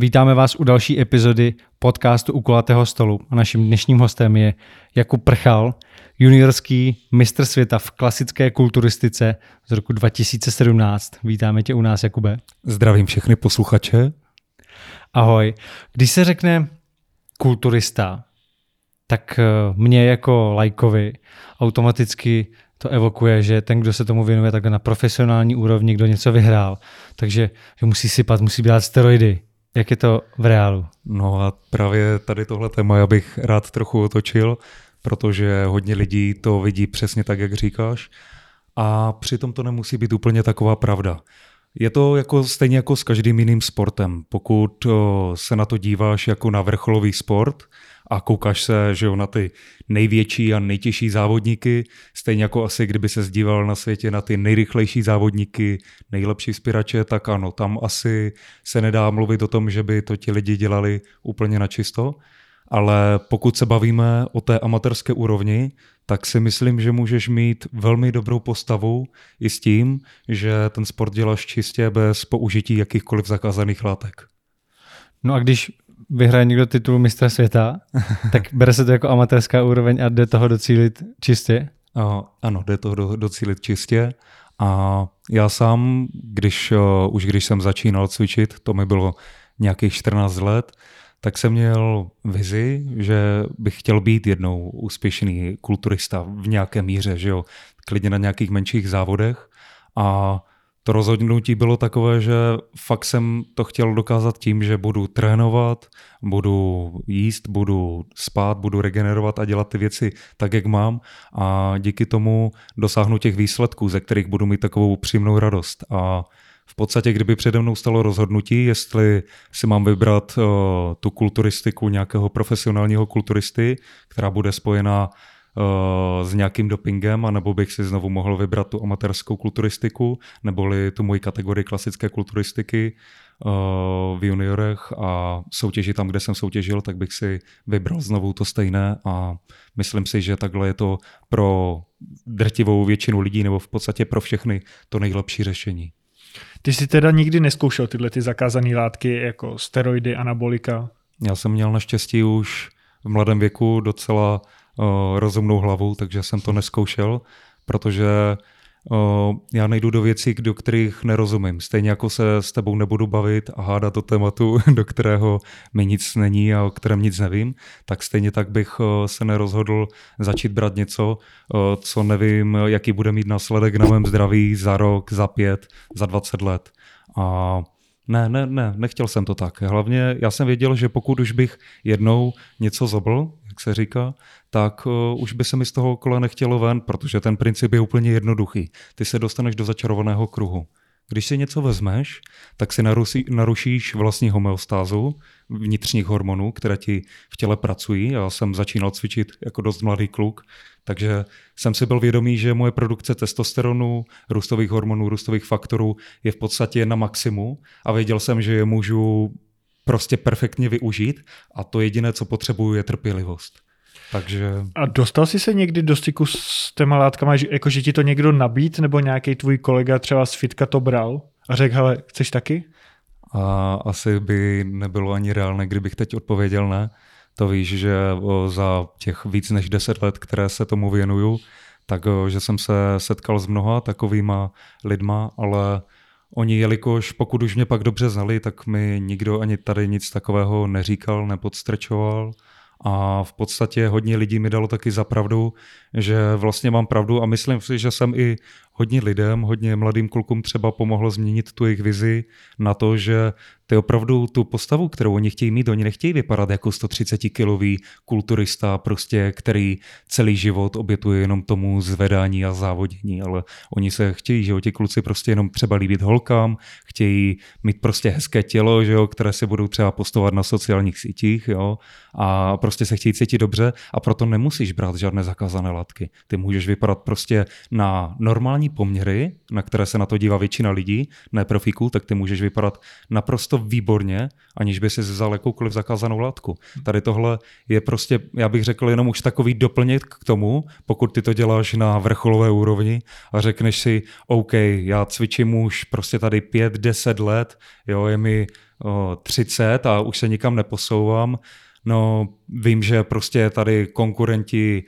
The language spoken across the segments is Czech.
Vítáme vás u další epizody podcastu U kulatého stolu. A naším dnešním hostem je Jakub Prchal, juniorský mistr světa v klasické kulturistice z roku 2017. Vítáme tě u nás, Jakube. Zdravím všechny posluchače. Ahoj. Když se řekne kulturista, tak mě jako laikovi automaticky to evokuje, že ten, kdo se tomu věnuje takhle na profesionální úrovni, kdo něco vyhrál, takže že musí sypat, musí dělat steroidy. Jak je to v reálu? No a právě tady tohle téma já bych rád trochu otočil, protože hodně lidí to vidí přesně tak, jak říkáš, a přitom to nemusí být úplně taková pravda. Je to stejně jako s každým jiným sportem. Pokud se na to díváš jako na vrcholový sport a koukáš se, že jo, na ty největší a nejtěžší závodníky, stejně jako asi kdyby se díval na světě na ty nejrychlejší závodníky, nejlepší spirače, tak ano, tam asi se nedá mluvit o tom, že by to ti lidi dělali úplně načisto. Ale pokud se bavíme o té amatérské úrovni, tak si myslím, že můžeš mít velmi dobrou postavu i s tím, že ten sport děláš čistě bez použití jakýchkoliv zakázaných látek. No a když vyhraje někdo titul mistra světa, tak bere se to jako amatérská úroveň a jde toho docílit čistě? Ano, jde toho docílit čistě. A já sám, když jsem začínal cvičit, to mi bylo nějakých 14 let, tak jsem měl vizi, že bych chtěl být jednou úspěšný kulturista v nějaké míře, že jo, klidně na nějakých menších závodech. A to rozhodnutí bylo takové, že fakt jsem to chtěl dokázat tím, že budu trénovat, budu jíst, budu spát, budu regenerovat a dělat ty věci tak, jak mám, a díky tomu dosáhnu těch výsledků, ze kterých budu mít takovou příjemnou radost. A v podstatě, kdyby přede mnou stalo rozhodnutí, jestli si mám vybrat tu kulturistiku nějakého profesionálního kulturisty, která bude spojená s nějakým dopingem, anebo bych si znovu mohl vybrat tu amatérskou kulturistiku, neboli tu moji kategorii klasické kulturistiky v juniorech a soutěži tam, kde jsem soutěžil, tak bych si vybral znovu to stejné a myslím si, že takhle je to pro drtivou většinu lidí nebo v podstatě pro všechny to nejlepší řešení. Ty jsi teda nikdy nezkoušel tyhle ty zakázané látky jako steroidy, anabolika? Já jsem měl naštěstí už v mladém věku docela rozumnou hlavu, takže jsem to nezkoušel, protože já nejdu do věcí, do kterých nerozumím. Stejně jako se s tebou nebudu bavit a hádat o tématu, do kterého mi nic není a o kterém nic nevím, tak stejně tak bych se nerozhodl začít brát něco, co nevím, jaký bude mít následek na mém zdraví za rok, za 5, za 20 let. A nechtěl jsem to tak. Hlavně já jsem věděl, že pokud už bych jednou něco zobl, jak se říká, tak už by se mi z toho kola nechtělo ven, protože ten princip je úplně jednoduchý. Ty se dostaneš do začarovaného kruhu. Když si něco vezmeš, tak si narušíš vlastní homeostázu vnitřních hormonů, které ti v těle pracují. Já jsem začínal cvičit jako dost mladý kluk, takže jsem si byl vědomý, že moje produkce testosteronu, růstových hormonů, růstových faktorů je v podstatě na maximu a věděl jsem, že je můžu prostě perfektně využít a to jediné, co potřebuju, je trpělivost. Takže... A dostal jsi se někdy do styku s těma látkama, jako že ti to někdo nabít, nebo nějaký tvůj kolega třeba z fitka to bral a řekl, hele, chceš taky? A asi by nebylo ani reálné, kdybych teď odpověděl ne. To víš, že za těch víc než 10 let, které se tomu věnuju, takže jsem se setkal s mnoha takovýma lidma, ale oni, jelikož pokud už mě pak dobře znali, tak mi nikdo ani tady nic takového neříkal, nepodstrčoval. A v podstatě hodně lidí mi dalo taky za pravdu, že vlastně mám pravdu a myslím si, že jsem i hodně lidem, hodně mladým klukům třeba pomohl změnit tu jejich vizi na to, že ty opravdu tu postavu, kterou oni chtějí mít, oni nechtějí vypadat jako 130-kilový kulturista, prostě, který celý život obětuje jenom tomu zvedání a závodění, ale oni se chtějí, že jo, ti kluci prostě jenom třeba líbit holkám, chtějí mít prostě hezké tělo, že jo, které si budou třeba postovat na sociálních sítích, jo, a prostě se chtějí cítit dobře a proto nemusíš brát žádné zakázané látky. Ty můžeš vypadat prostě na normální normální poměry, na které se na to dívá většina lidí, ne profíků, tak ty můžeš vypadat naprosto výborně, aniž by si vzal jakoukoliv zakázanou látku. Tady tohle je prostě, já bych řekl, jenom už takový doplněk k tomu, pokud ty to děláš na vrcholové úrovni a řekneš si, OK, já cvičím už prostě tady 5-10 let, jo, je mi 30 a už se nikam neposouvám. No, vím, že prostě tady konkurenti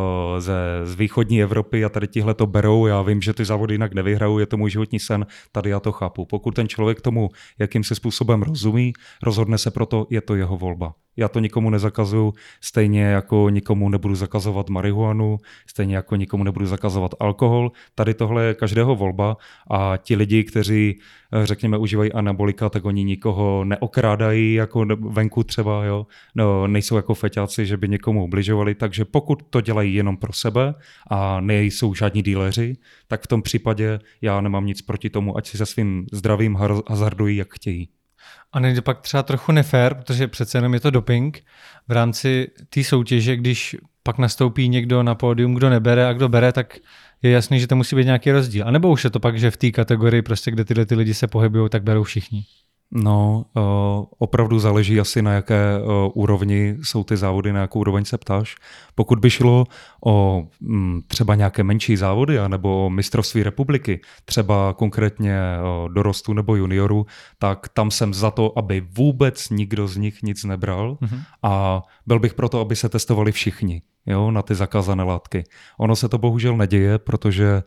z východní Evropy a tady tihle to berou, já vím, že ty závody jinak nevyhrajou, je to můj životní sen, tady já to chápu. Pokud ten člověk tomu jakýmsi způsobem rozumí, rozhodne se pro to, je to jeho volba. Já to nikomu nezakazuju, stejně jako nikomu nebudu zakazovat marihuanu, stejně jako nikomu nebudu zakazovat alkohol. Tady tohle je každého volba a ti lidi, kteří, řekněme, užívají anabolika, tak oni nikoho neokrádají, jako venku třeba, jo. No, nejsou jako feťáci, že by někomu ubližovali, takže pokud to dělají jenom pro sebe a nejsou žádní díleři, tak v tom případě já nemám nic proti tomu, ať si se svým zdravím hazardují, jak chtějí. A nejde pak třeba trochu nefér, protože přece jenom je to doping v rámci té soutěže, když pak nastoupí někdo na pódium, kdo nebere a kdo bere, tak je jasný, že to musí být nějaký rozdíl. A nebo už je to pak, že v té kategorii, prostě, kde tyhle ty lidi se pohybují, tak berou všichni? No, opravdu záleží asi na jaké úrovni jsou ty závody, na jakou úroveň se ptáš. Pokud by šlo o třeba nějaké menší závody nebo o mistrovství republiky, třeba konkrétně dorostu nebo junioru, tak tam jsem za to, aby vůbec nikdo z nich nic nebral a byl bych proto, aby se testovali všichni, jo, na ty zakázané látky. Ono se to bohužel neděje, protože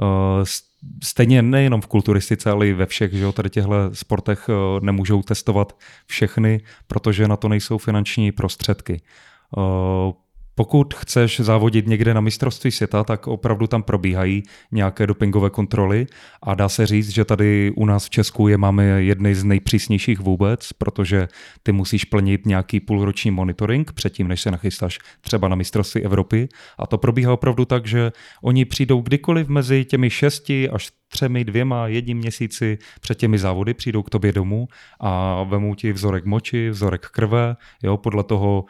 stejně nejenom v kulturistice, ale i ve všech, že jo, tady těchto sportech nemůžou testovat všechny, protože na to nejsou finanční prostředky. Pokud chceš závodit někde na mistrovství světa, tak opravdu tam probíhají nějaké dopingové kontroly a dá se říct, že tady u nás v Česku máme jedny z nejpřísnějších vůbec, protože ty musíš plnit nějaký půlroční monitoring předtím, než se nachystáš třeba na mistrovství Evropy a to probíhá opravdu tak, že oni přijdou kdykoliv mezi těmi 6 až 3, 2, 1 měsíci před těmi závody přijdou k tobě domů a vemou ti vzorek moči, vzorek krve, jo, podle toho,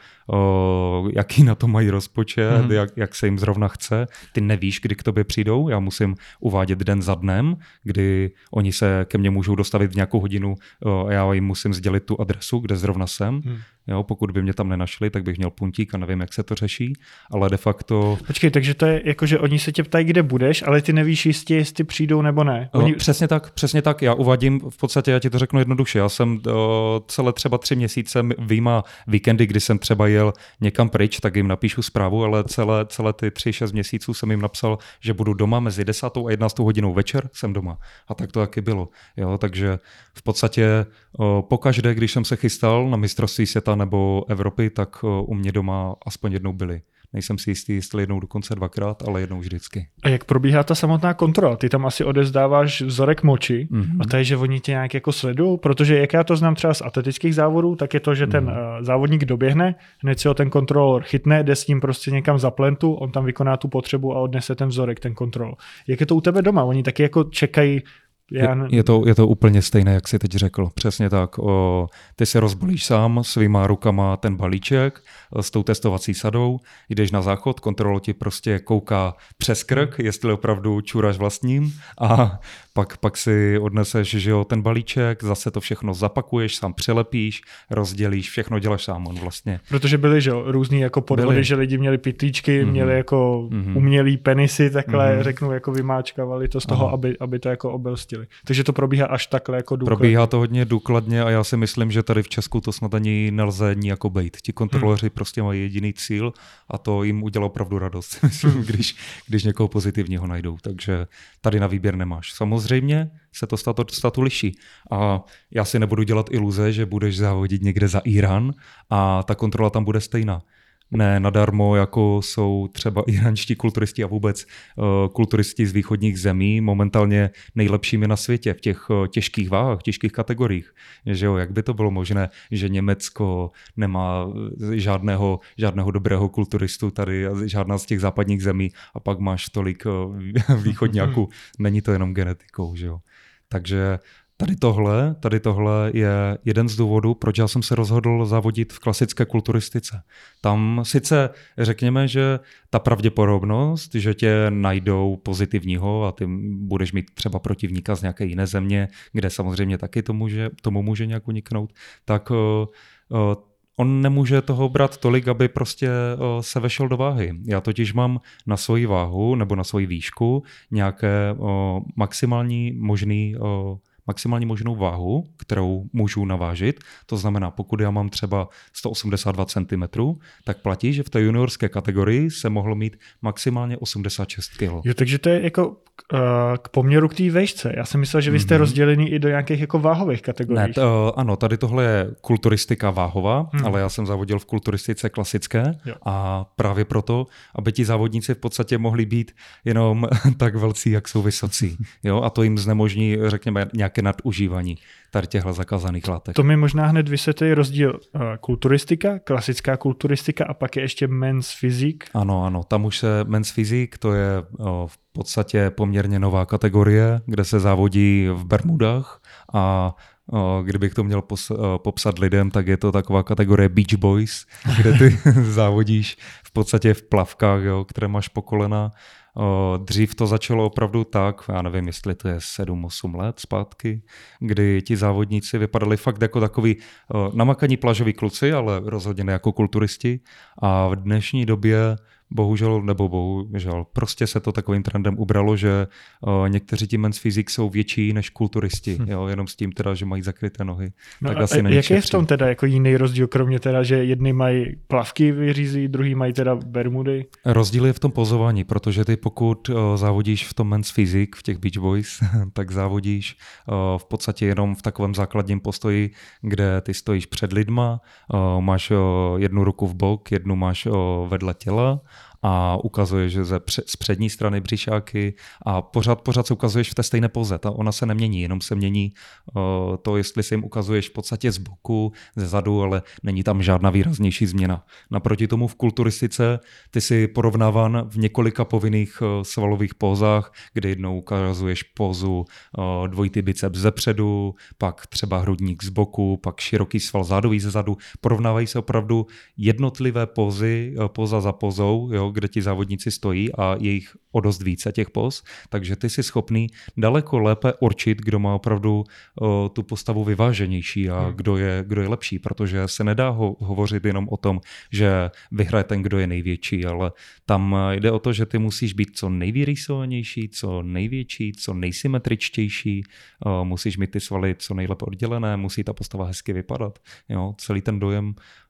jaký na to mají rozpočet, jak se jim zrovna chce. Ty nevíš, kdy k tobě přijdou, já musím uvádět den za dnem, kdy oni se ke mně můžou dostavit v nějakou hodinu a já jim musím sdělit tu adresu, kde zrovna jsem. Jo, pokud by mě tam nenašli, tak bych měl puntík a nevím, jak se to řeší, ale de facto... Počkej, takže to je jako, že oni se tě ptají, kde budeš, ale ty nevíš jistě, jestli přijdou nebo ne. Přesně tak. Já uvádím, v podstatě já ti to řeknu jednoduše. Já jsem celé třeba 3 měsíce vyjma víkendy, kdy jsem třeba jel někam pryč, tak jim napíšu zprávu, ale celé ty 3-6 měsíců jsem jim napsal, že budu doma mezi 10. a 11. hodinou večer jsem doma. A tak to taky bylo. Jo, takže v podstatě pokaždé, když jsem se chystal na mistrovství světa nebo Evropy, tak u mě doma aspoň jednou byli. Nejsem si jistý, jestli jednou dokonce 2krát, ale jednou vždycky. A jak probíhá ta samotná kontrola? Ty tam asi odevzdáváš vzorek moči a to je, že oni tě nějak jako sledují, protože jak já to znám třeba z atletických závodů, tak je to, že ten závodník doběhne, hned si ho ten kontrolor chytne, jde s ním prostě někam za plentu, on tam vykoná tu potřebu a odnese ten vzorek, ten kontrolor. Jak je to u tebe doma? Oni taky jako čekají. Je to úplně stejné, jak jsi teď řekl. Přesně tak. Ty se rozbalíš sám svýma rukama ten balíček s tou testovací sadou, jdeš na záchod, kontrolor ti prostě kouká přes krk, jestli opravdu čůraš vlastním a pak si odneseš, že jo, ten balíček, zase to všechno zapakuješ, sám přilepíš, rozdělíš, všechno děláš sám on vlastně. Protože byly, že jo, různý jako podvody, že lidi měli pytlíčky, měli jako umělý penisy, takhle řeknu, jako vymáčkávali to z toho, aby to jako obelstili. Takže to probíhá až takhle jako důkladně. Probíhá to hodně důkladně a já si myslím, že tady v Česku to snad ani nelze nijako bejt. Ti kontroloři prostě mají jediný cíl a to jim udělá opravdu radost, myslím, když někoho pozitivního najdou. Takže tady na výběr nemáš. Samozřejmě se to statu liší. A já si nebudu dělat iluze, že budeš závodit někde za Irán a ta kontrola tam bude stejná. Ne nadarmo, jako jsou třeba iránští kulturisti a vůbec kulturisti z východních zemí momentálně nejlepšími na světě v těch těžkých váhách, těžkých kategoriích. Že jo, jak by to bylo možné, že Německo nemá žádného dobrého kulturistu tady, žádná z těch západních zemí a pak máš tolik východňáků. Není to jenom genetikou, že jo. Takže Tady tohle je jeden z důvodů, proč já jsem se rozhodl závodit v klasické kulturistice. Tam sice řekněme, že ta pravděpodobnost, že tě najdou pozitivního a ty budeš mít třeba protivníka z nějaké jiné země, kde samozřejmě taky tomu může nějak uniknout, tak on nemůže toho brát tolik, aby prostě se vešel do váhy. Já totiž mám na svoji váhu nebo na svoji výšku nějaké maximální možnou váhu, kterou můžu navážit. To znamená, pokud já mám třeba 182 cm, tak platí, že v té juniorské kategorii se mohlo mít maximálně 86 kg. Jo, takže to je jako k poměru k té vejšce. Já jsem myslel, že vy jste rozdělený i do nějakých jako váhových kategorií. Ne, ano, tady tohle je kulturistika váhová, ale já jsem závodil v kulturistice klasické a právě proto, aby ti závodníci v podstatě mohli být jenom tak velcí, jak jsou vysocí. Jo? A to jim znemožní, řekněme, nějaké nadužívání tady těchto zakázaných látek. To mi možná hned vysvětlí rozdíl kulturistika, klasická kulturistika a pak je ještě men's physique. Ano, tam už se men's physique, to je v podstatě poměrně nová kategorie, kde se závodí v bermudách a kdybych to měl popsat lidem, tak je to taková kategorie Beach Boys, kde ty závodíš v podstatě v plavkách, jo, které máš po kolena. Dřív to začalo opravdu tak, já nevím, jestli to je 7-8 let zpátky, kdy ti závodníci vypadali fakt jako takový namakaní plážoví kluci, ale rozhodně ne jako kulturisti. A v dnešní době bohužel, prostě se to takovým trendem ubralo, že někteří ti men's physique jsou větší než kulturisti, jo, jenom s tím teda, že mají zakryté nohy. No tak asi jaký je v tom teda jako jiný rozdíl, kromě teda, že jedni mají plavky vyřízí, druhý mají teda bermudy? Rozdíl je v tom pozování, protože ty pokud závodíš v tom men's physique, v těch Beach Boys, tak závodíš v podstatě jenom v takovém základním postoji, kde ty stojíš před lidma, máš jednu ruku v bok, jednu máš vedle těla a ukazuješ, že z přední strany břišáky a pořád se ukazuješ v té stejné poze. Ona se nemění, jenom se mění to, jestli si jim ukazuješ v podstatě z boku, ze zadu, ale není tam žádná výraznější změna. Naproti tomu v kulturistice ty si porovnáván v několika povinných svalových pózách, kde jednou ukazuješ pózu dvojitý biceps zepředu, pak třeba hrudník z boku, pak široký sval zádový ze zadu. Porovnávají se opravdu jednotlivé pózy, póza za pózou, jo, kde ti závodníci stojí a je jich o dost více těch póz, takže ty jsi schopný daleko lépe určit, kdo má opravdu tu postavu vyváženější a kdo je lepší, protože se nedá hovořit jenom o tom, že vyhraje ten, kdo je největší, ale tam jde o to, že ty musíš být co nejvyrýsovanější, co největší, co nejsymetričtější, musíš mít ty svaly co nejlépe oddělené, musí ta postava hezky vypadat. Jo? Celý ten dojem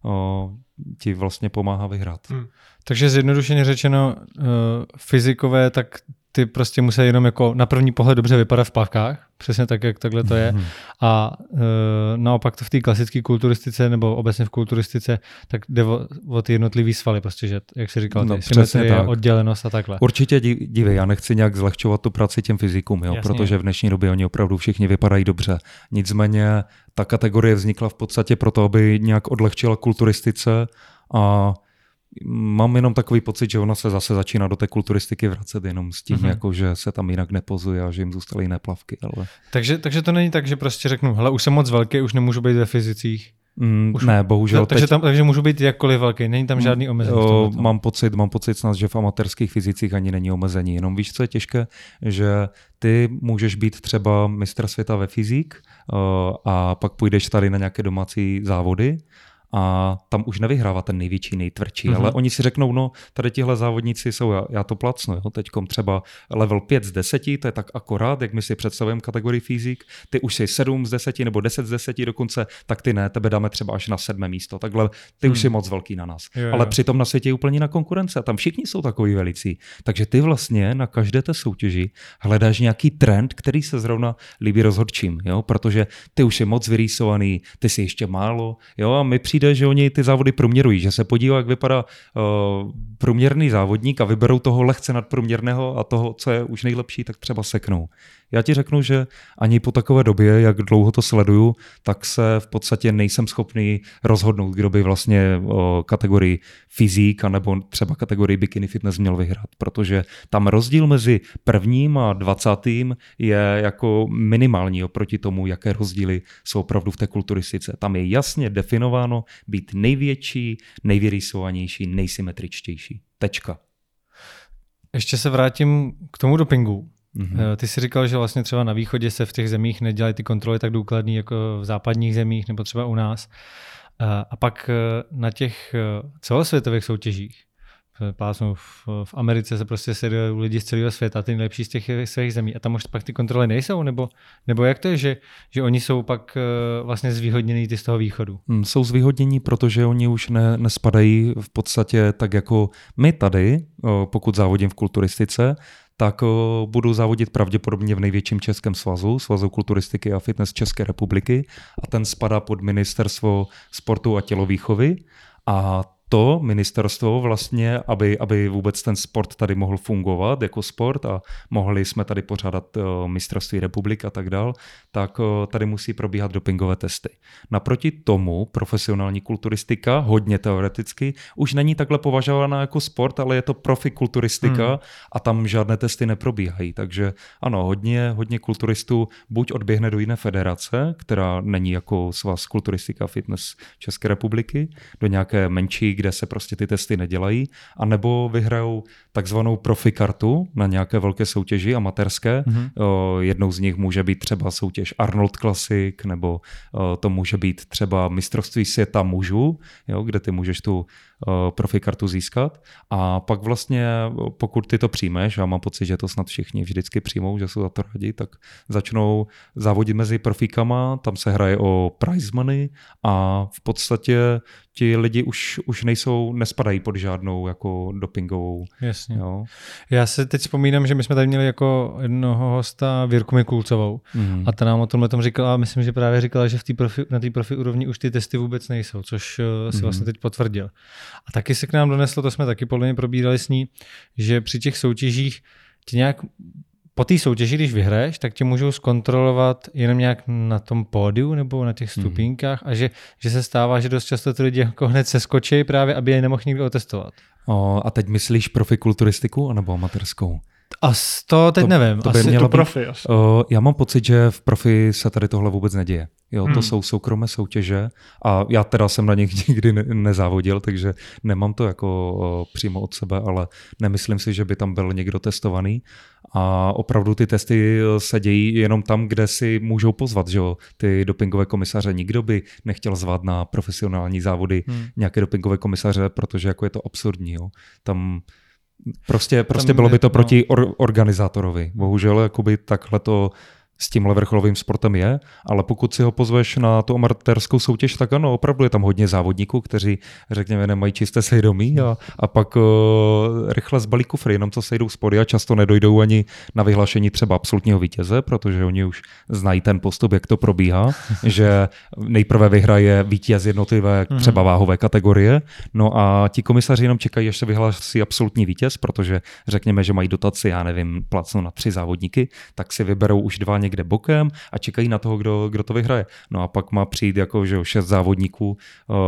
ti vlastně pomáhá vyhrát. Takže zjednodušeně řečeno, fyzikové, tak ty prostě musí jenom jako na první pohled dobře vypadat v plavkách, přesně tak, jak takhle to je. A naopak to v té klasické kulturistice nebo obecně v kulturistice, tak jde o ty jednotlivý svaly, prostě, že, jak jsi říkal, ty symetrie, oddělenost a takhle. Určitě dívej, já nechci nějak zlehčovat tu práci těm fyzikům, jo, protože v dnešní době oni opravdu všichni vypadají dobře. Nicméně ta kategorie vznikla v podstatě proto, aby nějak odlehčila kulturistice a mám jenom takový pocit, že ona se zase začíná do té kulturistiky vracet jenom s tím, jako, že se tam jinak nepozuje a že jim zůstaly jiné plavky. Ale... Takže to není tak, že prostě řeknu, hele, už jsem moc velký, už nemůžu být ve fyzicích. Ne, bohužel. Takže můžu být jakkoliv velký, není tam žádný omezení. Mám pocit snad, že v amatérských fyzicích ani není omezení. Jenom víš, co je těžké, že ty můžeš být třeba mistr světa ve fyzik a pak půjdeš tady na nějaké domácí závody a tam už nevyhrává ten největší, nejtvrdší, ale oni si řeknou, no tady tihle závodníci jsou, já to placnu, jo, teďkom třeba level 5 z 10, to je tak akorát, jak my si představujeme kategorii fyzik, ty už jsi 7 z 10 nebo 10 z 10 dokonce, tak ty ne, tebe dáme třeba až na 7. místo, takhle ty už jsi moc velký na nás. Jo. Ale přitom na světě je úplně jiná konkurence, tam všichni jsou takový velicí, takže ty vlastně na každé té soutěži hledáš nějaký trend, který se zrovna líbí rozhodčím, jo, protože ty už jsi moc vyrýsovaný, ty jsi ještě málo, jo, a my přijde, že oni ty závody průměrují, že se podívají, jak vypadá průměrný závodník a vyberou toho lehce nadprůměrného a toho, co je už nejlepší, tak třeba seknou. Já ti řeknu, že ani po takové době, jak dlouho to sleduju, tak se v podstatě nejsem schopný rozhodnout, kdo by vlastně kategorii fyzik nebo třeba kategorii bikini fitness měl vyhrát, protože tam rozdíl mezi 1. a 20. je jako minimální oproti tomu, jaké rozdíly jsou opravdu v té kulturistice. Tam je jasně definováno být největší, nejvyrýsovanější, nejsymetričtější. Tečka. Ještě se vrátím k tomu dopingu. Mm-hmm. Ty jsi říkal, že vlastně třeba na východě se v těch zemích nedělají ty kontroly tak důkladný jako v západních zemích nebo třeba u nás. A pak na těch celosvětových soutěžích, pásnu v Americe se prostě sledují lidi z celého světa, ty nejlepší z těch svých zemí a tam už pak ty kontroly nejsou? Nebo jak to je, že oni jsou pak vlastně zvýhodnění ty z toho východu? Jsou zvýhodnění, protože oni už nespadají v podstatě tak jako my tady, pokud závodím v kulturistice, tak budu závodit pravděpodobně v největším českém svazu, Svazu kulturistiky a fitness České republiky a ten spadá pod Ministerstvo sportu a tělovýchovy a to ministerstvo vlastně, aby vůbec ten sport tady mohl fungovat jako sport a mohli jsme tady pořádat mistrovství republik a tak dál, tak tady musí probíhat dopingové testy. Naproti tomu profesionální kulturistika, hodně teoreticky, už není takhle považována jako sport, ale je to profi kulturistika a tam žádné testy neprobíhají. Takže ano, hodně kulturistů buď odběhne do jiné federace, která není jako Svaz kulturistika a fitness České republiky, do nějaké menší, kde se prostě ty testy nedělají, anebo vyhrajou takzvanou profi kartu na nějaké velké soutěži amatérské. Jednou z nich může být třeba soutěž Arnold Classic, nebo to může být třeba mistrovství světa mužů, kde ty můžeš tu profi kartu získat. A pak vlastně, pokud ty to přijmeš, a mám pocit, že to snad všichni vždycky přijmou, že jsou za to rádi, tak začnou závodit mezi profíkama, tam se hraje o prize money a v podstatě ti lidi už nespadají pod žádnou jako dopingovou. Jasně. Jo. Já se teď vzpomínám, že my jsme tady měli jako jednoho hosta Věrku Mikulcovou a ta nám o tomhle tom říkala, myslím, že právě říkala, že na té profi úrovni už ty testy vůbec nejsou, což si vlastně teď potvrdil. A taky se k nám doneslo, to jsme taky podle mě probírali s ní, že při těch soutěžích ti nějak po té soutěži, když vyhraješ, tak tě můžou zkontrolovat jenom nějak na tom pódiu nebo na těch stupínkách a že se stává, že dost často ty lidi jako hned seskočí právě, aby je nemohl nikdo otestovat. A teď myslíš profi kulturistiku anebo amatérskou? A to teď nevím. To by asi to profi. Asi. Já mám pocit, že v profi se tady tohle vůbec neděje. Jo, to jsou soukromé soutěže a já teda jsem na nich nikdy nezávodil, takže nemám to jako přímo od sebe, ale nemyslím si, že by tam byl někdo testovaný. A opravdu ty testy se dějí jenom tam, kde si můžou pozvat, že jo, ty dopingové komisaře. Nikdo by nechtěl zvat na profesionální závody nějaké dopingové komisaře, protože jako je to absurdní. Jo. Tam prostě bylo by to proti organizátorovi. Bohužel jakoby takhle to s tímhle vrcholovým sportem je, ale pokud si ho pozveš na tu amatérskou soutěž, tak ano, opravdu je tam hodně závodníků, kteří, řekněme, nemají čisté svědomí a pak rychle zbalí kufry, jenom co sejdou z pódia, často nedojdou ani na vyhlášení třeba absolutního vítěze, protože oni už znají ten postup, jak to probíhá, že nejprve vyhraje vítěz jednotlivé třeba váhové kategorie, no a ti komisaři jenom čekají, až se vyhlásí absolutní vítěz, protože řekněme, že mají dotaci, já nevím, placnou na 3 závodníky, tak si vyberou už 2 někde bokem a čekají na toho, kdo to vyhraje. No a pak má přijít jako, že 6 závodníků,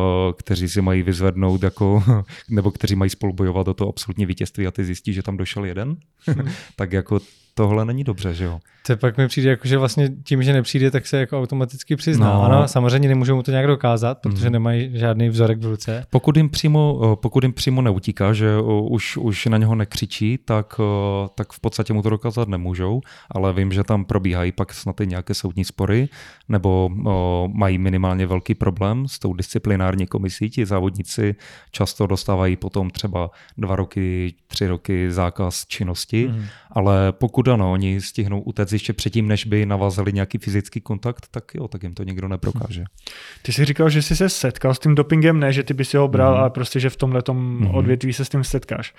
kteří si mají vyzvednout jako, nebo kteří mají spolubojovat o to absolutní vítězství a ty zjistí, že tam došel jeden. Tak jako tohle není dobře, že jo. To pak mi přijde jako, že vlastně tím, že nepřijde, tak se jako automaticky přizná. No. Ano, samozřejmě nemůžou mu to nějak dokázat, protože nemají žádný vzorek v ruce. Pokud jim přímo neutíká, že už na něho nekřičí, tak v podstatě mu to dokázat nemůžou, ale vím, že tam probíhají pak snad i nějaké soudní spory, nebo mají minimálně velký problém s tou disciplinární komisí. Ti závodníci často dostávají potom třeba 2 roky, 3 roky zákaz činnosti, ale pokud ano, oni stihnou utéct ještě předtím, než by navázali nějaký fyzický kontakt, tak jo, tak jim to nikdo neprokáže. Ty jsi říkal, že jsi se setkal s tím dopingem, ne, že ty by si ho bral, ale prostě, že v tomhletom odvětví se s tím setkáš.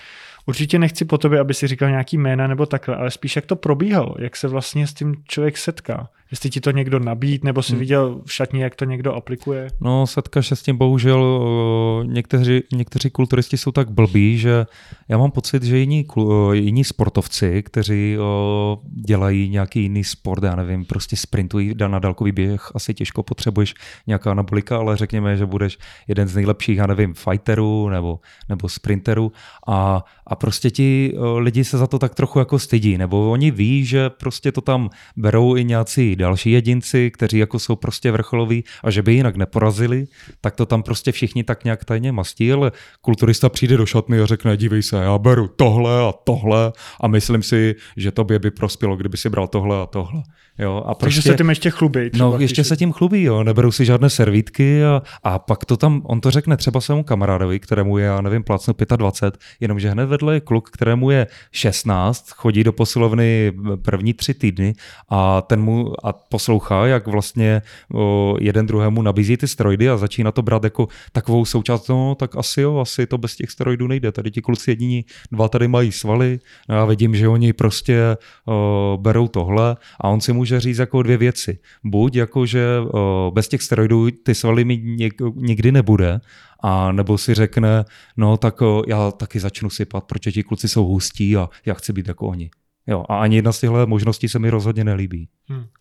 Určitě nechci po tobě, aby si říkal nějaký jména nebo takhle, ale spíš jak to probíhalo, jak se vlastně s tím člověk setká. Jestli ti to někdo nabít, nebo si viděl v šatně, jak to někdo aplikuje? No, setkáš se s tím bohužel, někteří kulturisti jsou tak blbí, že já mám pocit, že jiní sportovci, kteří dělají nějaký jiný sport, já nevím, prostě sprintují na dálkový běh, asi těžko potřebuješ nějaká anabolika, ale řekněme, že budeš jeden z nejlepších, já nevím, fighterů nebo sprinterů a prostě ti lidi se za to tak trochu jako stydí, nebo oni ví, že prostě to tam berou i nějací další jedinci, kteří jako jsou prostě vrcholoví a že by jinak neporazili, tak to tam prostě všichni tak nějak tajně mastí, ale kulturista přijde do šatny a řekne, dívej se, já beru tohle a myslím si, že tobě by prospělo, kdyby si bral tohle a tohle. Jo, a takže se tím ještě chlubí. No, ještě se tím chlubí, jo, neberou si žádné servítky a pak to tam, on to řekne třeba svému kamarádovi, kterému je, já nevím, plácnu 25, jenomže hned vedle je kluk, kterému je 16, chodí do posilovny první 3 týdny a ten mu poslouchá, jak vlastně jeden druhému nabízí ty steroidy a začíná to brát jako takovou součást, no tak asi to bez těch steroidů nejde, tady ti kluci jediní 2 tady mají svaly, no, já vidím, že oni prostě berou tohle a on si může říct jako 2 věci. Buď jako, že bez těch steroidů ty svaly mi nikdy nebude, a nebo si řekne, no tak já taky začnu sypat, protože ti kluci jsou hustí a já chci být jako oni. Jo, a ani jedna z těchto možností se mi rozhodně nelíbí.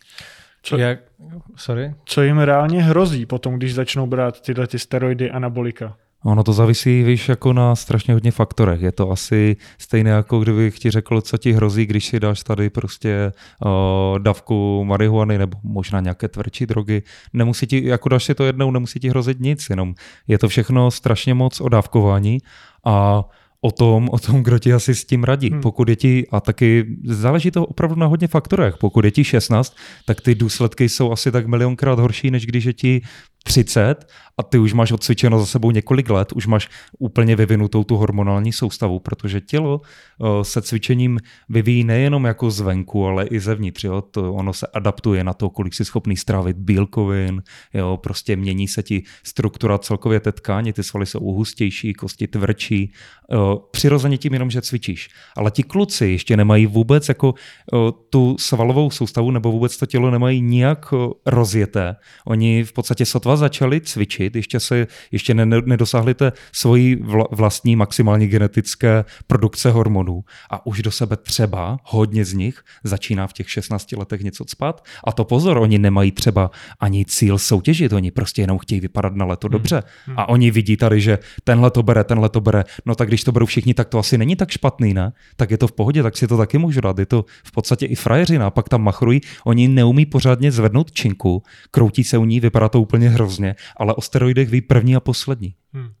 Co jim reálně hrozí potom, když začnou brát tyhle ty steroidy anabolika? Ono to závisí, víš, jako na strašně hodně faktorech. Je to asi stejné, jako kdybych ti řekl, co ti hrozí, když si dáš tady prostě dávku marihuany nebo možná nějaké tvrdší drogy. Nemusí ti, jako dáš si to jednou, nemusí ti hrozit nic, jenom je to všechno strašně moc o dávkování a o tom, kdo ti asi s tím radí. Pokud je ti, a taky záleží to opravdu na hodně faktorech, pokud je ti 16, tak ty důsledky jsou asi tak milionkrát horší, než když je ti 30 a ty už máš odcvičeno za sebou několik let, už máš úplně vyvinutou tu hormonální soustavu, protože tělo se cvičením vyvíjí nejenom jako zvenku, ale i zevnitř. Jo? Ono se adaptuje na to, kolik jsi schopný strávit bílkovin, jo? Prostě mění se ti struktura celkově té tkáně, ty svaly jsou hustější, kosti tvrdší, přirozeně tím jenom, že cvičíš. Ale ti kluci ještě nemají vůbec jako tu svalovou soustavu nebo vůbec to tělo nemají nijak rozjeté. Oni v podstatě sotva začali cvičit, ještě nedosáhli té svojí vlastní maximální genetické produkce hormonů a už do sebe třeba hodně z nich začíná v těch 16 letech něco cpat. A to pozor, oni nemají třeba ani cíl soutěžit, oni prostě jenom chtějí vypadat na léto dobře. A oni vidí tady, že tenhle to bere, no tak když to berou všichni, tak to asi není tak špatný, ne? Tak je to v pohodě, tak si to taky můžu dát. Je to v podstatě i frajeřina, pak tam machrují, oni neumí pořádně zvednout činku, kroutí se u ní, vypadá to úplně hrozně, ale o steroidech ví první a poslední.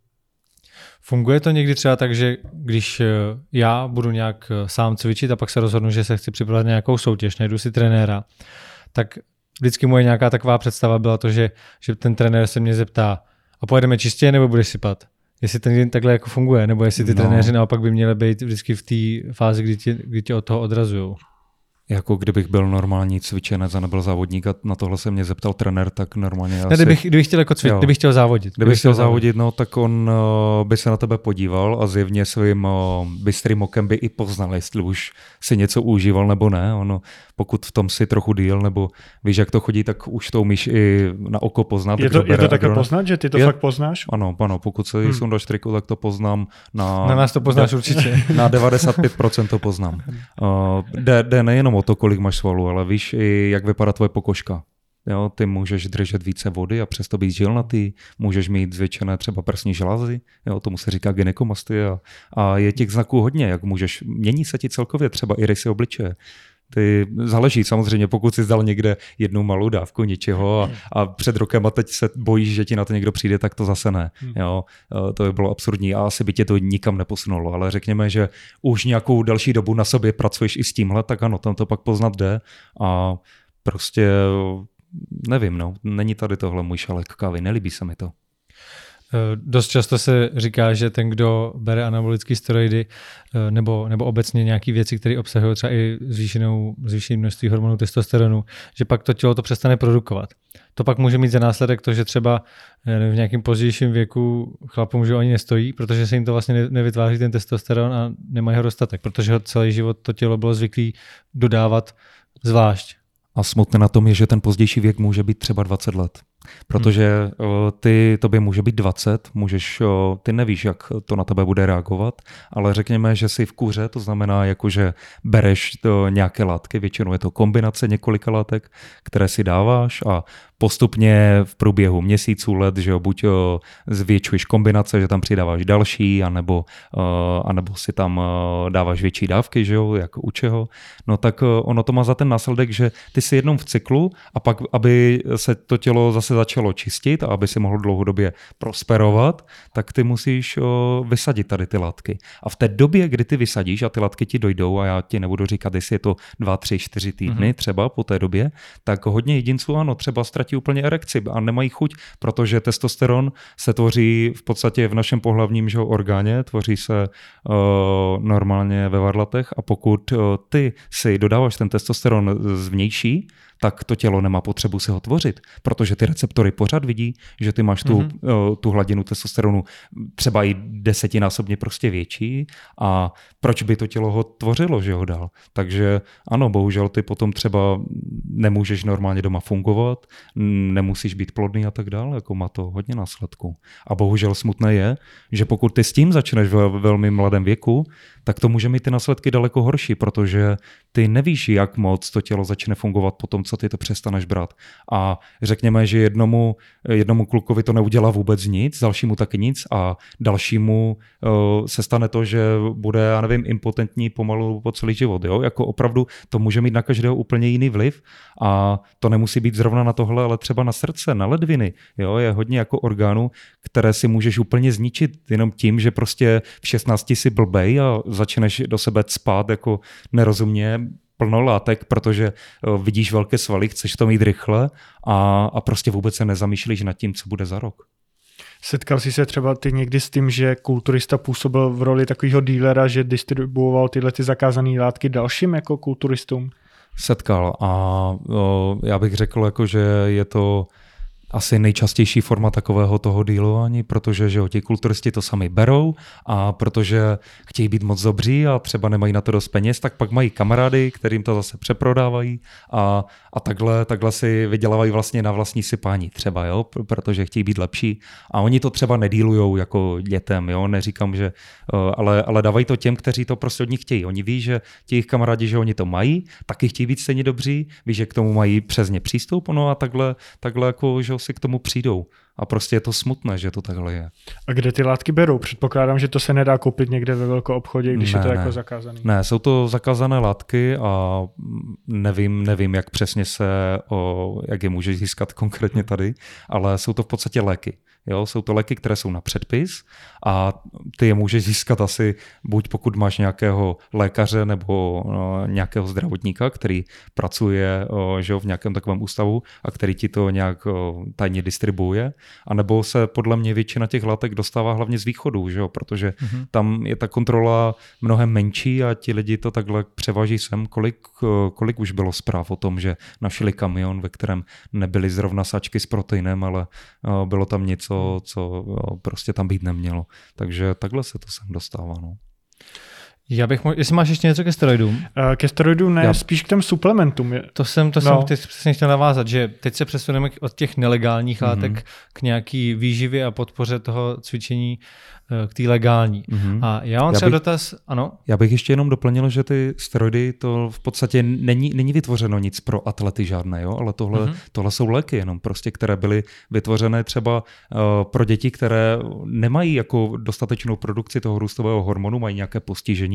Funguje to někdy třeba tak, že když já budu nějak sám cvičit a pak se rozhodnu, že se chci připravit na nějakou soutěž, najdu si trenéra, tak vždycky moje nějaká taková představa byla to, že ten trenér se mě zeptá, a pojedeme čistě nebo budeš sypat? Jestli ten den takhle jako funguje, nebo jestli ty trenéři naopak by měly být vždycky v té fázi, kdy tě od toho odrazujou. Jako kdybych byl normální cvičenec a nebyl závodník a na tohle se mě zeptal trenér, tak normálně asi... Kdybych chtěl jako kdybych chtěl závodit. Kdybych chtěl závodit, no tak on by se na tebe podíval a zjevně svým bystrým okem by i poznal, jestli už si něco užíval nebo ne. Ono, pokud v tom si trochu díl, nebo víš, jak to chodí, tak už to umíš i na oko poznat. Je to také poznat, že ty to fakt poznáš? Ano, pokud se sundáš triko, tak to poznám. Na nás to poznáš určitě. Na 95% to poznám. Jde nejenom o to, kolik máš svalů, ale víš i, jak vypadá tvoje pokožka. Jo, ty můžeš držet více vody a přesto být žilnatý, můžeš mít zvětšené třeba prsní žlázy, jo, tomu se říká gynekomastie a je těch znaků hodně, jak můžeš, mění se ti celkově třeba i rysy obličeje. Ty záleží samozřejmě, pokud jsi zdal někde jednu malou dávku něčeho a před rokem a teď se bojíš, že ti na to někdo přijde, tak to zase ne. Jo, to by bylo absurdní a asi by tě to nikam neposunulo, ale řekněme, že už nějakou další dobu na sobě pracuješ i s tímhle, tak ano, tam to pak poznat jde a prostě nevím, no, není tady tohle můj šalek kávy, nelíbí se mi to. Dost často se říká, že ten, kdo bere anabolické steroidy nebo obecně nějaké věci, které obsahují třeba i zvýšené množství hormonů testosteronu, že pak to tělo to přestane produkovat. To pak může mít za následek to, že třeba v nějakém pozdějším věku chlapům že ani nestojí, protože se jim to vlastně nevytváří ten testosteron a nemají ho dostatek, protože ho celý život to tělo bylo zvyklý dodávat zvlášť. A smutné na tom je, že ten pozdější věk může být třeba 20 let. Protože tobě může být 20, ty nevíš, jak to na tebe bude reagovat, ale řekněme, že jsi v kůře, to znamená, jakože bereš nějaké látky, většinou je to kombinace několika látek, které si dáváš a postupně v průběhu měsíců, let, že jo, buď zvětšuješ kombinace, že tam přidáváš další, anebo si tam dáváš větší dávky, že jo, jak u čeho, no tak ono to má za ten následek, že ty jsi jednou v cyklu a pak, aby se to tělo zase začalo čistit a aby si mohl dlouhodobě prosperovat, tak ty musíš vysadit tady ty látky. A v té době, kdy ty vysadíš a ty látky ti dojdou, a já ti nebudu říkat, jestli je to 2, 3, 4 týdny třeba po té době, tak hodně jedinců ano, třeba ztratí úplně erekci a nemají chuť, protože testosteron se tvoří v podstatě v našem pohlavním orgáně, tvoří se normálně ve varlatech a pokud ty si dodáváš ten testosteron zvnější, tak to tělo nemá potřebu si ho tvořit, protože ty receptory pořád vidí, že ty máš tu hladinu testosteronu třeba i 10násobně prostě větší a proč by to tělo ho tvořilo, že ho dál. Takže ano, bohužel ty potom třeba nemůžeš normálně doma fungovat, nemusíš být plodný a tak dále, jako má to hodně následků. A bohužel smutné je, že pokud ty s tím začneš ve velmi mladém věku, tak to může mít ty následky daleko horší, protože ty nevíš, jak moc to tělo začne fungovat potom, co ty to přestaneš brát. A řekněme, že jednomu klukovi to neudělá vůbec nic, dalšímu taky nic a dalšímu se stane to, že bude, já nevím, impotentní pomalu po celý život. Jo? Jako opravdu to může mít na každého úplně jiný vliv a to nemusí být zrovna na tohle, ale třeba na srdce, na ledviny. Jo? Je hodně jako orgánů, které si můžeš úplně zničit jenom tím, že prostě v 16 si blbej a začneš do sebe cpát jako nerozumně, plno látek, protože vidíš velké svaly, chceš to mít rychle a prostě vůbec se nezamýšlíš nad tím, co bude za rok. Setkal jsi se třeba ty někdy s tím, že kulturista působil v roli takového dílera, že distribuoval tyhle ty zakázané látky dalším jako kulturistům? Setkal a já bych řekl, jako, že je to asi nejčastější forma takového toho dealování, protože že ti kulturisti to sami berou a protože chtějí být moc dobří a třeba nemají na to dost peněz, tak pak mají kamarády, kterým to zase přeprodávají a takhle si vydělávají vlastně na vlastní sypání třeba, jo, protože chtějí být lepší a oni to třeba nedýlujou jako dětem, jo, neříkám, že, ale dávají to těm, kteří to prostě od nich chtějí. Oni ví, že ti jejich kamarádi, že oni to mají, taky chtějí být stejně dobří, ví, že k tomu mají přes ně přístup, no a takhle jako, že si k tomu přijdou. A prostě je to smutné, že to takhle je. A kde ty látky berou? Předpokládám, že to se nedá koupit někde ve velkou obchodě, když je to jako zakázané. Ne, jsou to zakázané látky a nevím, jak přesně jak je můžeš získat konkrétně tady, ale jsou to v podstatě léky. Jo? Jsou to léky, které jsou na předpis a ty je můžeš získat asi buď pokud máš nějakého lékaře nebo nějakého zdravotníka, který pracuje v nějakém takovém ústavu a který ti to nějak tajně distribuuje, anebo se podle mě většina těch látek dostává hlavně z východu, že jo? Protože tam je ta kontrola mnohem menší a ti lidi to takhle převáží sem. Kolik už bylo zpráv o tom, že našli kamion, ve kterém nebyly zrovna sáčky s proteinem, ale bylo tam něco, co prostě tam být nemělo. Takže takhle se to sem dostává. No. Jestli máš ještě něco ke steroidům? Ke steroidům ne, spíš k těm suplementům. To jsem přesně chtěl navázat, že teď se přesuneme od těch nelegálních látek k nějaký výživě a podpoře toho cvičení k té legální. A já mám třeba dotaz, ano? Já bych ještě jenom doplnil, že ty steroidy, to v podstatě není vytvořeno nic pro atlety žádné, jo? Ale tohle jsou léky jenom prostě, které byly vytvořené třeba pro děti, které nemají jako dostatečnou produkci toho růstového hormonu, mají nějaké postižení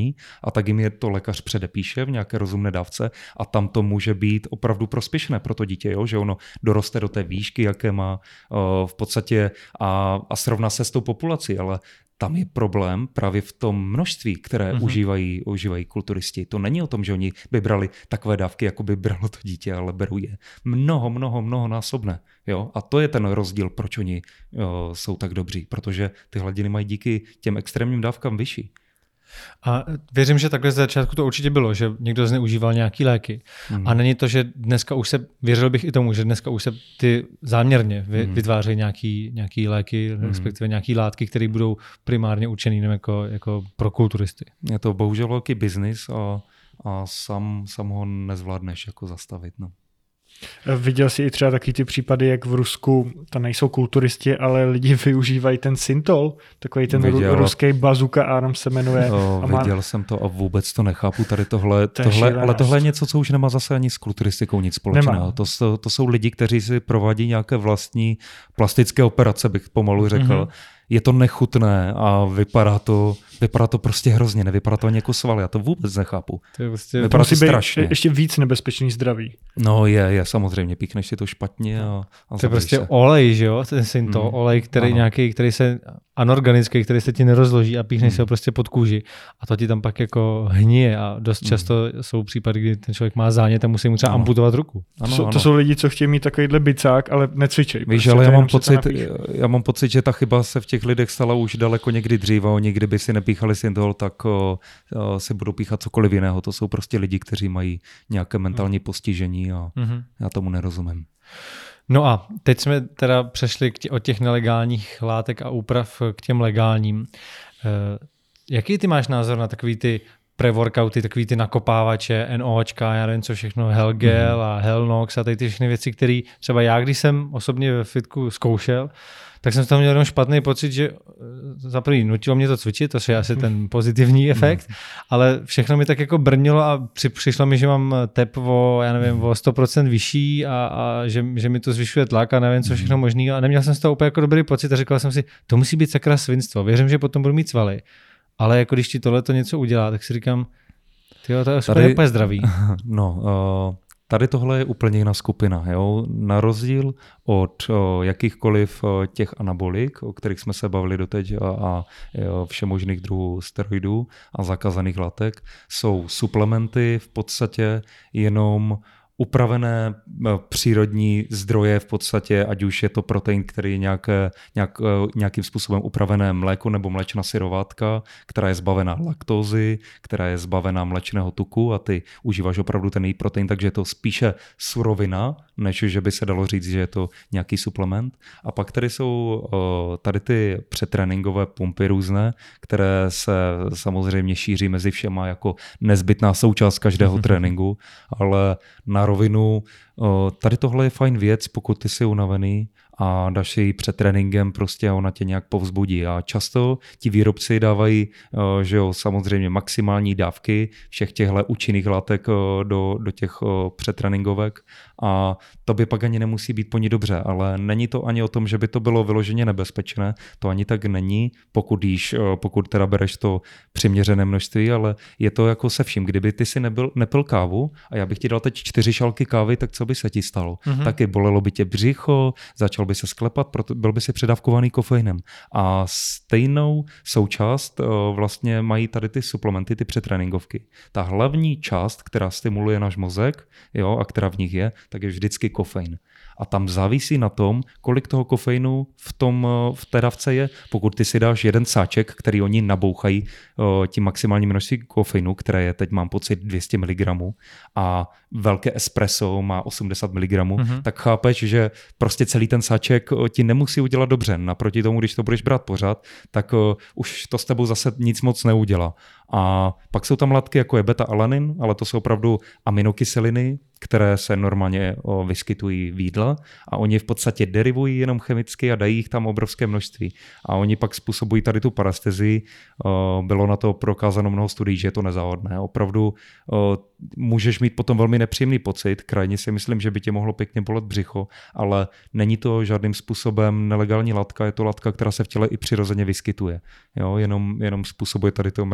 není a tak jim je to lékař předepíše v nějaké rozumné dávce a tam to může být opravdu prospěšné pro to dítě, jo? Že ono doroste do té výšky, jaké má v podstatě a srovná se s tou populací, ale tam je problém právě v tom množství, které užívají kulturisti. To není o tom, že oni by brali takové dávky, jako by bralo to dítě, ale berou je mnoho násobné. Jo? A to je ten rozdíl, proč oni jsou tak dobří, protože ty hladiny mají díky těm extrémním dávkám vyšší. A věřím, že takhle z začátku to určitě bylo, že někdo zneužíval nějaký léky. A není to, že dneska už věřil bych i tomu, že dneska už se ty záměrně vytvářejí nějaký léky, respektive nějaký látky, které budou primárně určený jako pro kulturisty. Je to bohužel velký biznis a sám ho nezvládneš jako zastavit. No. Viděl jsi i třeba taky ty případy, jak v Rusku, to nejsou kulturisti, ale lidi využívají ten Syntol, takový ten ruský Bazooka Arm se jmenuje. Viděl jsem to a vůbec to nechápu tady tohle, ale tohle je něco, co už nemá zase ani s kulturistikou nic společného. To jsou lidi, kteří si provádí nějaké vlastní plastické operace, bych pomalu řekl. Je to nechutné a vypadá to prostě hrozně, nevypadá to ani jako svaly, já to vůbec nechápu. Vypadá to strašně. Ještě víc nebezpečný zdraví. No je, samozřejmě, píkneš si to špatně a to je prostě se. Olej, že jo, ten Syntol, olej, který se anorganický, který se ti nerozloží a píchneš si ho prostě pod kůži a to ti tam pak jako hníje a dost často jsou případy, kdy ten člověk má zánět a musí mu třeba amputovat ruku. To jsou lidi, co chtějí mít takovýhle bicák, ale necvičej. Víš, ale já mám pocit, že ta chyba se v těch lidech stala už daleko někdy dřív a oni kdyby si nepíchali Syntol, tak si budou píchat cokoliv jiného. To jsou prostě lidi, kteří mají nějaké mentální postižení a já tomu nerozumím. No a teď jsme teda přešli od těch nelegálních látek a úprav k těm legálním. Jaký ty máš názor na takový ty pre-workouty, takový ty nakopávače, NOčka, já nevím co všechno, Hellgel a Hellnox a tady ty všechny věci, které třeba já, když jsem osobně ve fitku zkoušel, tak jsem tam měl jenom špatný pocit, že za první nutilo mě to cvičit, to je asi ten pozitivní efekt, ale všechno mi tak jako brnilo a přišlo mi, že mám tep o 100% vyšší a že mi to zvyšuje tlak a nevím co všechno možný a neměl jsem z toho úplně jako dobrý pocit a říkal jsem si, to musí být sakra svinstvo, věřím, že potom budu mít svaly, ale jako když ti tohleto něco udělá, tak si říkám, tyjo, to je úplně zdravý. Tady tohle je úplně jiná skupina. Jo? Na rozdíl od jakýchkoliv těch anabolik, o kterých jsme se bavili doteď a všemožných druhů steroidů a zakázaných látek, jsou suplementy v podstatě jenom upravené přírodní zdroje v podstatě, ať už je to protein, který je nějakým způsobem upravené mléko nebo mléčná syrovátka, která je zbavená laktózy, která je zbavená mléčného tuku a ty užíváš opravdu ten její protein, takže je to spíše surovina, než že by se dalo říct, že je to nějaký suplement. A pak tady jsou tady ty předtréninkové pumpy různé, které se samozřejmě šíří mezi všema jako nezbytná součást každého tréninku, ale na rovinu, tady tohle je fajn věc, pokud ty jsi unavený a dáš ji před tréninkem prostě a ona tě nějak povzbudí. A často ti výrobci dávají, že jo, samozřejmě maximální dávky všech těchto účinných látek do těch předtréninkovek a to by pak ani nemusí být po ní dobře, ale není to ani o tom, že by to bylo vyloženě nebezpečné, to ani tak není, pokud teda bereš to přiměřené množství, ale je to jako se vším. Kdyby ty si nepil kávu a já bych ti dal teď 4 šálky kávy, tak co by se ti stalo? Taky bolelo by tě břicho, začal by se sklepat, byl by si předávkovaný kofeinem. A stejnou součást vlastně mají tady ty suplementy, ty předtréninkovky. Ta hlavní část, která stimuluje náš mozek, jo, a která v nich je, tak je vždycky kofein. A tam závisí na tom, kolik toho kofeinu v té dávce je. Pokud ty si dáš jeden sáček, který oni nabouchají tím maximálním množství kofeinu, které je teď mám pocit 200 mg a velké espresso má 80 mg, tak chápeš, že prostě celý ten sáček ti nemusí udělat dobře. Naproti tomu, když to budeš brát pořád, tak už to s tebou zase nic moc neudělá. A pak jsou tam látky, jako je beta-alanin, ale to jsou opravdu aminokyseliny, které se normálně vyskytují v jídle a oni v podstatě derivují jenom chemicky a dají jich tam obrovské množství. A oni pak způsobují tady tu parastezii. Bylo na to prokázáno mnoho studií, že je to nezáhodné. Opravdu můžeš mít potom velmi nepříjemný pocit. Krajně si myslím, že by tě mohlo pěkně bolet břicho, ale není to žádným způsobem nelegální látka, je to látka, která se v těle i přirozeně vyskytuje. Jo, jenom způsobuje tady to mravenčení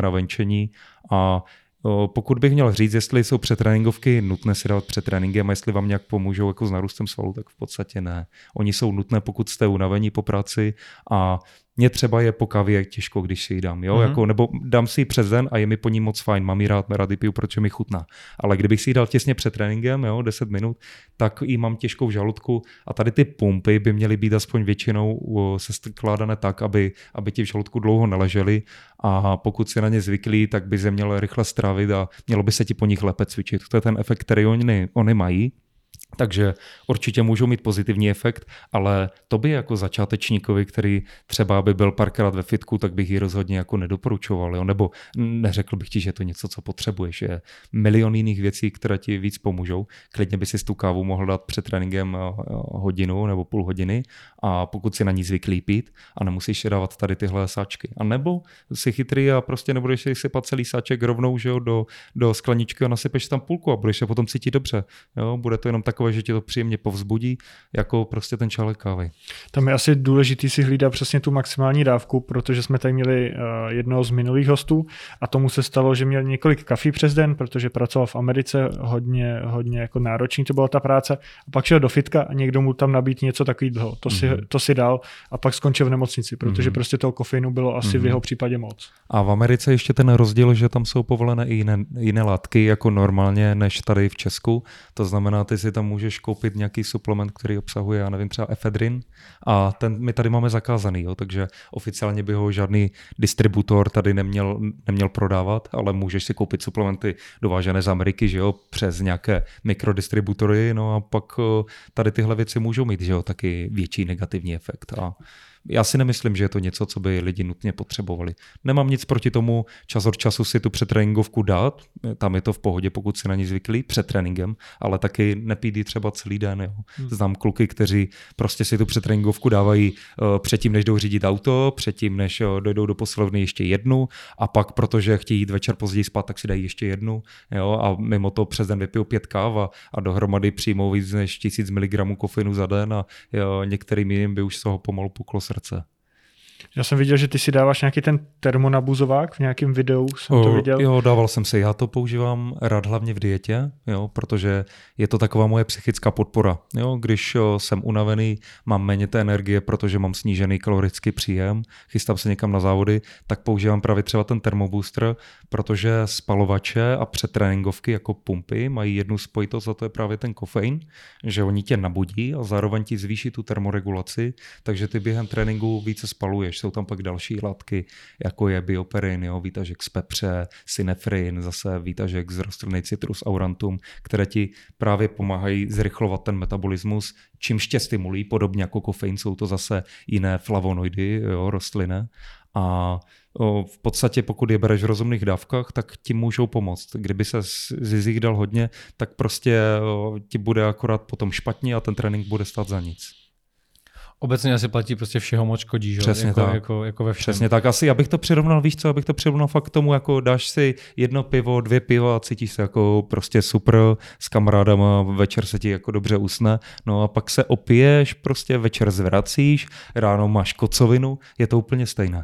unavení a pokud bych měl říct, jestli jsou předtréninkovky nutné si dávat před tréninkem a jestli vám nějak pomůžou jako s narůstem svalů, tak v podstatě ne. Oni jsou nutné, pokud jste unavení po práci a mě třeba je po kávě těžko, když si ji dám, jo? Jako, nebo dám si ji přes den a je mi po ní moc fajn, mám ji rád ji piju, protože mi chutná. Ale kdybych si ji dal těsně před tréninkem, jo, 10 minut, tak ji mám těžkou v žaludku a tady ty pumpy by měly být aspoň většinou seskládané tak, aby ti v žaludku dlouho neležely a pokud si na ně zvyklí, tak by se měl rychle strávit a mělo by se ti po nich lépe cvičit. To je ten efekt, který oni mají. Takže určitě můžou mít pozitivní efekt, ale to by jako začátečníkovi, který třeba by byl párkrát ve fitku, tak bych ji rozhodně jako nedoporučoval, jo? Nebo neřekl bych ti, že to je něco, co potřebuješ. Je milion jiných věcí, které ti víc pomůžou. Klidně by si tu kávu mohl dát před tréninkem hodinu nebo půl hodiny a pokud si na ní zvyklý pít a nemusíš dávat tady tyhle sáčky. A nebo si chytrý a prostě nebudeš si sypat celý sáček rovnou, že jo, do skleničky a nasypeš tam půlku a budeš se potom cítit dobře. Jo? Bude to jenom takové, že tě to příjemně povzbudí, jako prostě ten čálek kávy. Tam je asi důležitý si hlídat přesně tu maximální dávku, protože jsme tady měli jednoho z minulých hostů a tomu se stalo, že měl několik kafí přes den, protože pracoval v Americe, hodně jako náročný to byla ta práce a pak šel do fitka a někdo mu tam nabít něco takového. To si dal a pak skončil v nemocnici, protože prostě toho kofeinu bylo asi v jeho případě moc. A v Americe ještě ten rozdíl, že tam jsou povolené i jiné látky jako normálně než tady v Česku. To znamená, ty si tam můžeš koupit nějaký suplement, který obsahuje, já nevím, třeba efedrin a ten my tady máme zakázaný, jo, takže oficiálně by ho žádný distributor tady neměl prodávat, ale můžeš si koupit suplementy dovážené z Ameriky, že jo, přes nějaké mikrodistributory, no a pak tady tyhle věci můžou mít, že jo, taky větší negativní efekt a já si nemyslím, že je to něco, co by lidi nutně potřebovali. Nemám nic proti tomu čas od času si tu předtréninkovku dát, tam je to v pohodě, pokud si na ní zvyklí před tréninkem, ale taky nepít ji třeba celý den. Jo. Znám kluky, kteří prostě si tu předtréninkovku dávají předtím, než jdou řídit auto, předtím, než dojdou do posilovny ještě jednu a pak, protože chtějí jít večer později spát, tak si dají ještě jednu, jo, a mimo to přes den vypijou 5 káv a dohromady přijmou víc než 1000 mg kofeinu za den a některým jiným by už z toho pomalu puklo srdce. Já jsem viděl, že ty si dáváš nějaký ten termonabuzovák v nějakém videu, jsem to viděl. Jo, dával jsem si, já to používám rád hlavně v dietě, jo, protože je to taková moje psychická podpora. Jo, když jsem unavený, mám méně té energie, protože mám snížený kalorický příjem, chystám se někam na závody, tak používám právě třeba ten termobooster, protože spalovače a předtréninkovky jako pumpy mají jednu spojitost a to je právě ten kofein, že oni tě nabudí a zároveň ti zvýší tu termoregulaci, takže ty během tréninku více spaluješ. Jsou tam pak další látky, jako je bioperin, jo, výtažek z pepře, synefrin, zase výtažek z rostliny Citrus aurantum, které ti právě pomáhají zrychlovat ten metabolismus, čímž tě stimulují, podobně jako kofein, jsou to zase jiné flavonoidy, jo, rostliny. A v podstatě, pokud je bereš v rozumných dávkách, tak ti můžou pomoct. Kdyby se z jich dal hodně, tak prostě ti bude akorát potom špatně a ten trénink bude stát za nic. Obecně asi platí prostě všeho moc škodí, že? Přesně tak. Jako ve všem. Přesně tak. Asi abych to přirovnal, víš co, abych to přirovnal fakt k tomu, jako dáš si 1 pivo, 2 piva a cítíš se jako prostě super s kamarádama, večer se ti jako dobře usne, no a pak se opiješ, prostě večer zvracíš, ráno máš kocovinu, je to úplně stejné.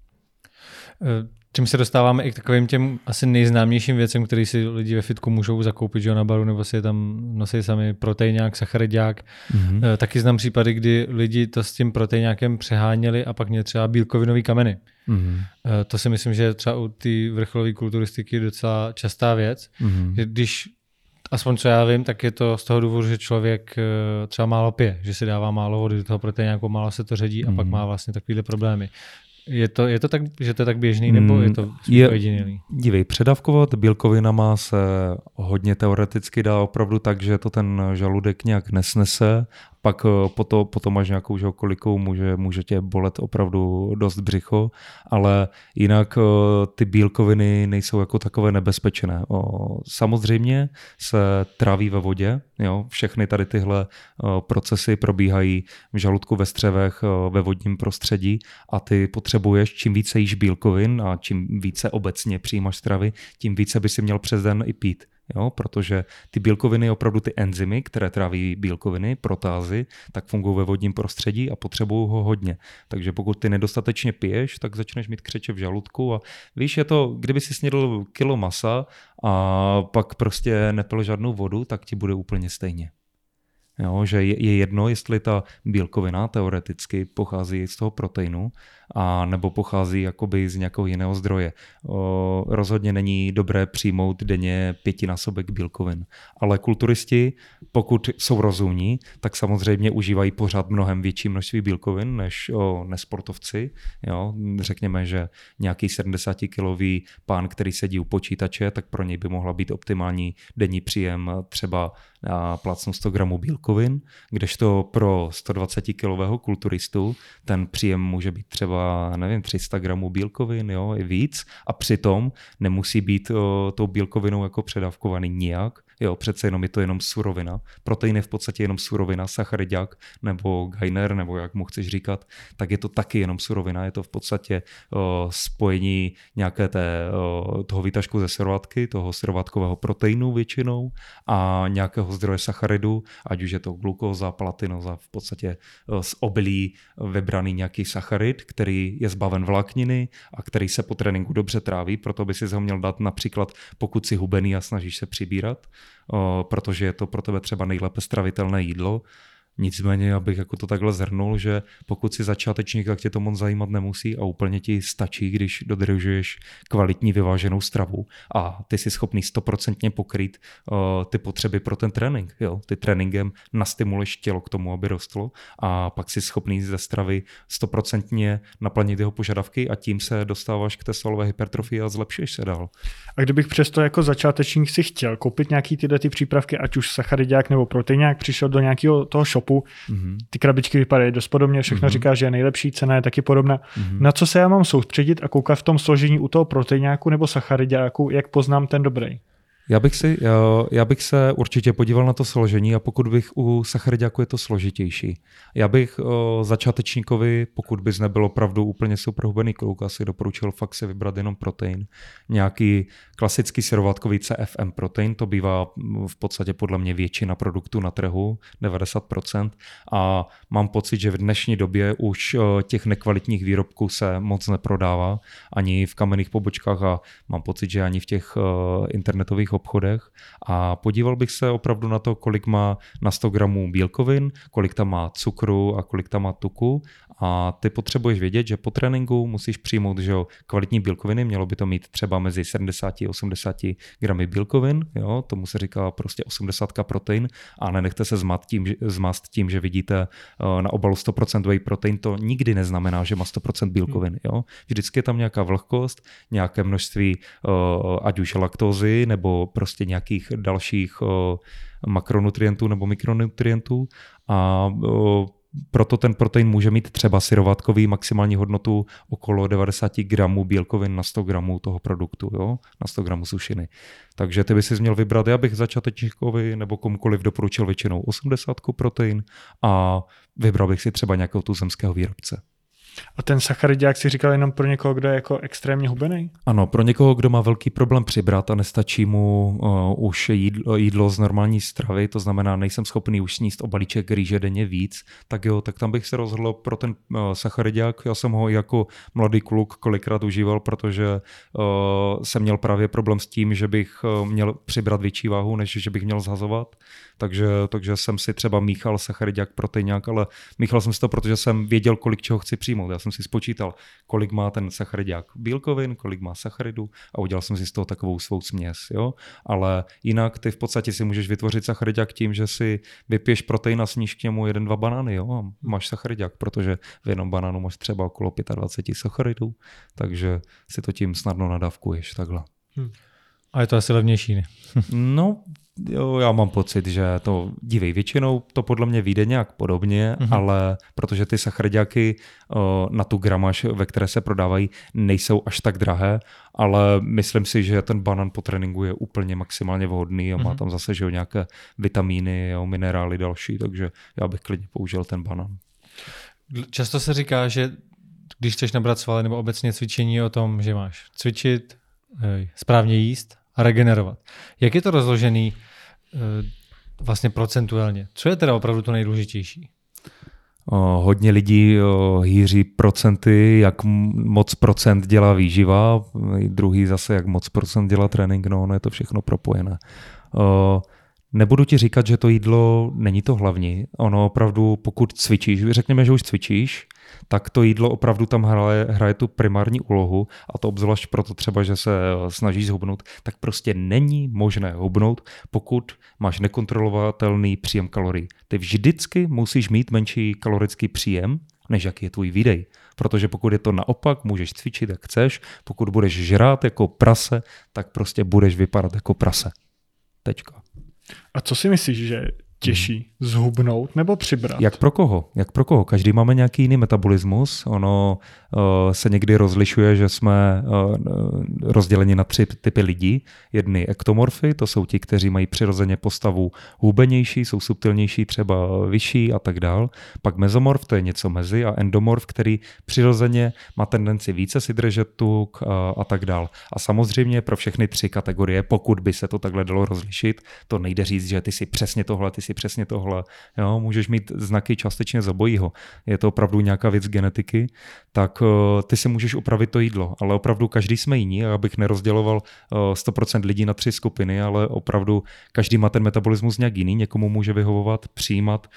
Čím se dostáváme i k takovým těm asi nejznámějším věcem, které si lidi ve fitku můžou zakoupit, že na baru, nebo si je tam nosí sami proteinák, sacharidák. Taky znám případy, kdy lidi to s tím proteinákem přeháněli a pak měli třeba bílkovinový kameny. To si myslím, že třeba u té vrcholové kulturistiky je docela častá věc. Když aspoň co já vím, tak je to z toho důvodu, že člověk třeba málo pije, že si dává málo vody do toho proteináku, málo se to ředí a pak má vlastně takovýhle problémy. Je to tak, že to je tak běžný, nebo je to ojedinělý? Dívej, předávkovat bílkovinama se hodně teoreticky dá opravdu tak, že to ten žaludek nějak nesnese, pak potom máš nějakou kolikou, může tě bolet opravdu dost břicho, ale jinak ty bílkoviny nejsou jako takové nebezpečné. Samozřejmě se tráví ve vodě, jo? Všechny tady tyhle procesy probíhají v žaludku, ve střevech, ve vodním prostředí a ty potřebuješ, čím více jíš bílkovin a čím více obecně přijímáš stravy, tím více by si měl přes den i pít. Jo? Protože ty bílkoviny, opravdu ty enzymy, které tráví bílkoviny, protázy, tak fungují ve vodním prostředí a potřebují ho hodně. Takže pokud ty nedostatečně piješ, tak začneš mít křeče v žaludku a víš, je to, kdyby si snědl kilo masa a pak prostě nepil žádnou vodu, tak ti bude úplně stejně. Jo, že je jedno, jestli ta bílkovina teoreticky pochází z toho proteinu a nebo pochází jakoby z nějakého jiného zdroje. Rozhodně není dobré přijmout denně 5násobek bílkovin. Ale kulturisti, pokud jsou rozumní, tak samozřejmě užívají pořád mnohem větší množství bílkovin než nesportovci. Jo, řekněme, že nějaký 70-kilový pán, který sedí u počítače, tak pro něj by mohla být optimální denní příjem třeba na plácnu 100 gramů bílkovin, kdežto pro 120-kilového kulturistu ten příjem může být třeba 300 gramů bílkovin, jo, i víc, a přitom nemusí být tou bílkovinou jako předávkovaný nijak. Jo, přece jenom je to jenom surovina. Protein je v podstatě jenom surovina, sacharidák nebo gainer, nebo jak mu chceš říkat, tak je to taky jenom surovina. Je to v podstatě spojení nějaké toho výtažku ze syrovátky, toho syrovátkového proteinu většinou a nějakého zdroje sacharidu, ať už je to glukóza, platinoza, v podstatě z obilí vybraný nějaký sacharid, který je zbaven vlákniny a který se po tréninku dobře tráví, proto by si ho měl dát například, pokud si hubený a snažíš se přibírat, protože je to pro tebe třeba nejlépe stravitelné jídlo. Nicméně, abych jako to takhle zhrnul, že pokud si začátečník, tak tě to moc zajímat nemusí a úplně ti stačí, když dodržuješ kvalitní vyváženou stravu a ty jsi schopný 100% pokrýt ty potřeby pro ten trénink. Jo? Ty tréninkem nastimuluješ tělo k tomu, aby rostlo a pak jsi schopný ze stravy 100% naplnit jeho požadavky a tím se dostáváš k té svalové hypertrofii a zlepšuješ se dál. A kdybych přesto jako začátečník si chtěl koupit nějaký tyhle přípravky, ať už sacharidák nebo proteinák, přišel do nějakého toho shopu, ty krabičky vypadají dost podobně, všechno říká, že je nejlepší, cena je taky podobná. Na co se já mám soustředit a koukat v tom složení u toho proteináku nebo sacharidáku, jak poznám ten dobrý? Já bych se určitě podíval na to složení a pokud bych u sacharidáku je to složitější. Já bych začátečníkovi, pokud bys nebyl opravdu úplně super hubený kluk, asi doporučil fakt si vybrat jenom protein. Nějaký klasický syrovátkový CFM protein, to bývá v podstatě podle mě většina produktů na trhu, 90%. A mám pocit, že v dnešní době už těch nekvalitních výrobků se moc neprodává, ani v kamenných pobočkách a mám pocit, že ani v těch internetových obchodech a podíval bych se opravdu na to, kolik má na 100 gramů bílkovin, kolik tam má cukru a kolik tam má tuku a ty potřebuješ vědět, že po tréninku musíš přijmout, že kvalitní bílkoviny, mělo by to mít třeba mezi 70 a 80 gramy bílkovin, jo, tomu se říká prostě 80 protein a nenechte se zmást tím, že vidíte na obalu 100% whey protein, to nikdy neznamená, že má 100% bílkovin, jo. Vždycky je tam nějaká vlhkost, nějaké množství ať už laktózy nebo prostě nějakých dalších makronutrientů nebo mikronutrientů a proto ten protein může mít třeba syrovátkový maximální hodnotu okolo 90 gramů bílkovin na 100 gramů toho produktu, jo? Na 100 gramů sušiny. Takže ty by si měl vybrat, já bych začátečníkovi nebo komukoliv doporučil většinou 80 protein a vybral bych si třeba nějakého tuzemského výrobce. A ten sacharidák si říkal jenom pro někoho, kdo je jako extrémně hubený? Ano, pro někoho, kdo má velký problém přibrat a nestačí mu už jídlo z normální stravy, to znamená, nejsem schopný už sníst o balíček rýže denně víc, tak jo, tak tam bych se rozhodl pro ten sacharidák. Já jsem ho jako mladý kluk kolikrát užíval, protože jsem měl právě problém s tím, že bych měl přibrat větší váhu, než že bych měl zhazovat. Takže jsem si třeba míchal sacharidák, proteinák, ale míchal jsem si to, protože jsem věděl, kolik čeho chci přijmout. Já jsem si spočítal, kolik má ten sacharidák bílkovin, kolik má sacharidu a udělal jsem si z toho takovou svou směs. Jo? Ale jinak ty v podstatě si můžeš vytvořit sacharidák tím, že si vypiješ protein a sníš k němu 1-2 banány, jo? A máš sacharidák, protože v jednom banánu máš třeba okolo 25 sacharidů, takže si to tím snadno nadávkuješ takhle. A je to asi levnější, ne? No, jo, já mám pocit, že to dívej, většinou to podle mě vyjde nějak podobně, ale protože ty sacharidáky na tu gramáž, ve které se prodávají, nejsou až tak drahé, ale myslím si, že ten banán po tréninku je úplně maximálně vhodný a má tam zase že nějaké vitamíny, jo, minerály další, takže já bych klidně použil ten banán. Často se říká, že když chceš nabrat svaly nebo obecně cvičení o tom, že máš cvičit, správně jíst a regenerovat. Jak je to rozložený vlastně procentuálně? Co je teda opravdu to nejdůležitější? Hodně lidí hýří procenty, jak moc procent dělá výživa, druhý zase jak moc procent dělá trénink, no ono je to všechno propojené. Nebudu ti říkat, že to jídlo není to hlavní. Ono opravdu, pokud cvičíš, řekněme, že už cvičíš, tak to jídlo opravdu tam hraje tu primární úlohu a to obzvlášť proto třeba, že se snažíš hubnout, tak prostě není možné hubnout, pokud máš nekontrolovatelný příjem kalorií. Ty vždycky musíš mít menší kalorický příjem, než jaký je tvůj výdej. Protože pokud je to naopak, můžeš cvičit, jak chceš, pokud budeš žrát jako prase, tak prostě budeš vypadat jako prase. Tečka. A co si myslíš, že těžší? Zhubnout nebo přibrat? Jak pro koho? Každý máme nějaký jiný metabolismus. Ono se někdy rozlišuje, že jsme rozděleni na 3 typy lidí. Jedny ektomorfy, to jsou ti, kteří mají přirozeně postavu hubenější, jsou subtilnější, třeba vyšší a tak dál. Pak mezomorf, to je něco mezi, a endomorf, který přirozeně má tendenci více si držet tuk a tak dál. A samozřejmě pro všechny 3 kategorie, pokud by se to takhle dalo rozlišit, to nejde říct, že ty si přesně tohle, ty si přesně tohle. Jo, můžeš mít znaky částečně z obojího. Je to opravdu nějaká věc genetiky, tak ty si můžeš upravit to jídlo, ale opravdu každý jsme jiní, abych nerozděloval 100% lidí na 3 skupiny, ale opravdu každý má ten metabolismus nějak jiný, někomu může vyhovovat přijímat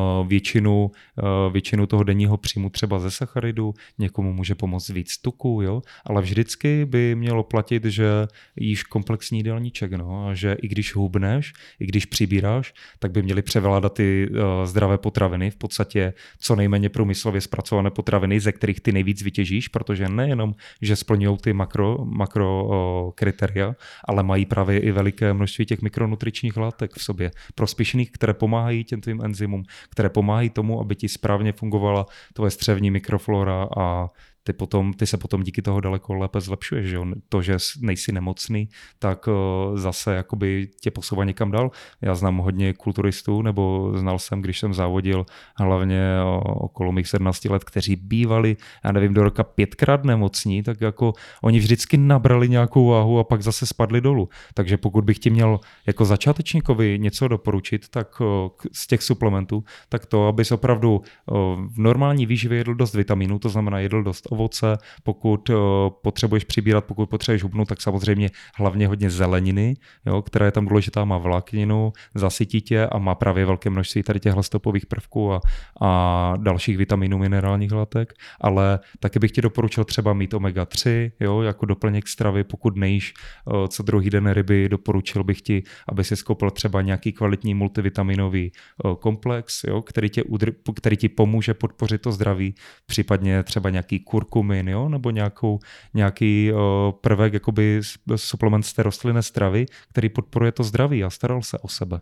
většinu toho denního příjmu třeba ze sacharidu, někomu může pomoct víc tuku, jo? Ale vždycky by mělo platit, že jíš komplexní jídelníček, no? A že i když hubneš, i když přibíráš, tak by měly převládat ty zdravé potraviny, v podstatě co nejméně průmyslově zpracované potraviny, ze kterých ty nejvíc vytěžíš, protože nejenom, že splňují ty makro kritéria, ale mají právě i veliké množství těch mikronutričních látek v sobě, prospěšných, které pomáhají těm tvým enzymům, které pomáhají tomu, aby ti správně fungovala tvoje střevní mikroflora a ty se potom díky toho daleko lépe zlepšuješ. Že? To, že nejsi nemocný, tak zase jakoby tě posouvá někam dál. Já znám hodně kulturistů, nebo znal jsem, když jsem závodil hlavně okolo mých 17 let, kteří bývali, já nevím, do roka 5krát nemocní, tak jako oni vždycky nabrali nějakou váhu a pak zase spadli dolů. Takže pokud bych ti měl jako začátečníkovi něco doporučit, tak z těch suplementů, tak to, abys opravdu v normální výživě jedl dost vitamínů, to znamená jedl dost ovoce, pokud potřebuješ přibírat, pokud potřebuješ hubnout, tak samozřejmě hlavně hodně zeleniny, jo, která je tam důležitá, má vlákninu, zasytí tě a má právě velké množství tady těch stopových prvků a dalších vitaminů, minerálních látek, ale taky bych ti doporučil třeba mít omega-3, jo, jako doplněk stravy, pokud nejíš co druhý den ryby, doporučil bych ti, aby si koupil třeba nějaký kvalitní multivitaminový komplex, jo, který ti pomůže podpořit to zdraví, případně třeba nějaký kurkumin, jo, nebo nějaký prvek, jakoby suplement z té rostlinné stravy, který podporuje to zdraví a staral se o sebe.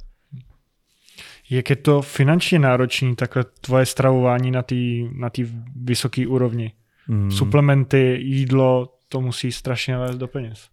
Jak je to finančně náročný, takhle tvoje stravování na té vysoké úrovni? Suplementy, jídlo, to musí strašně lézt do peněz.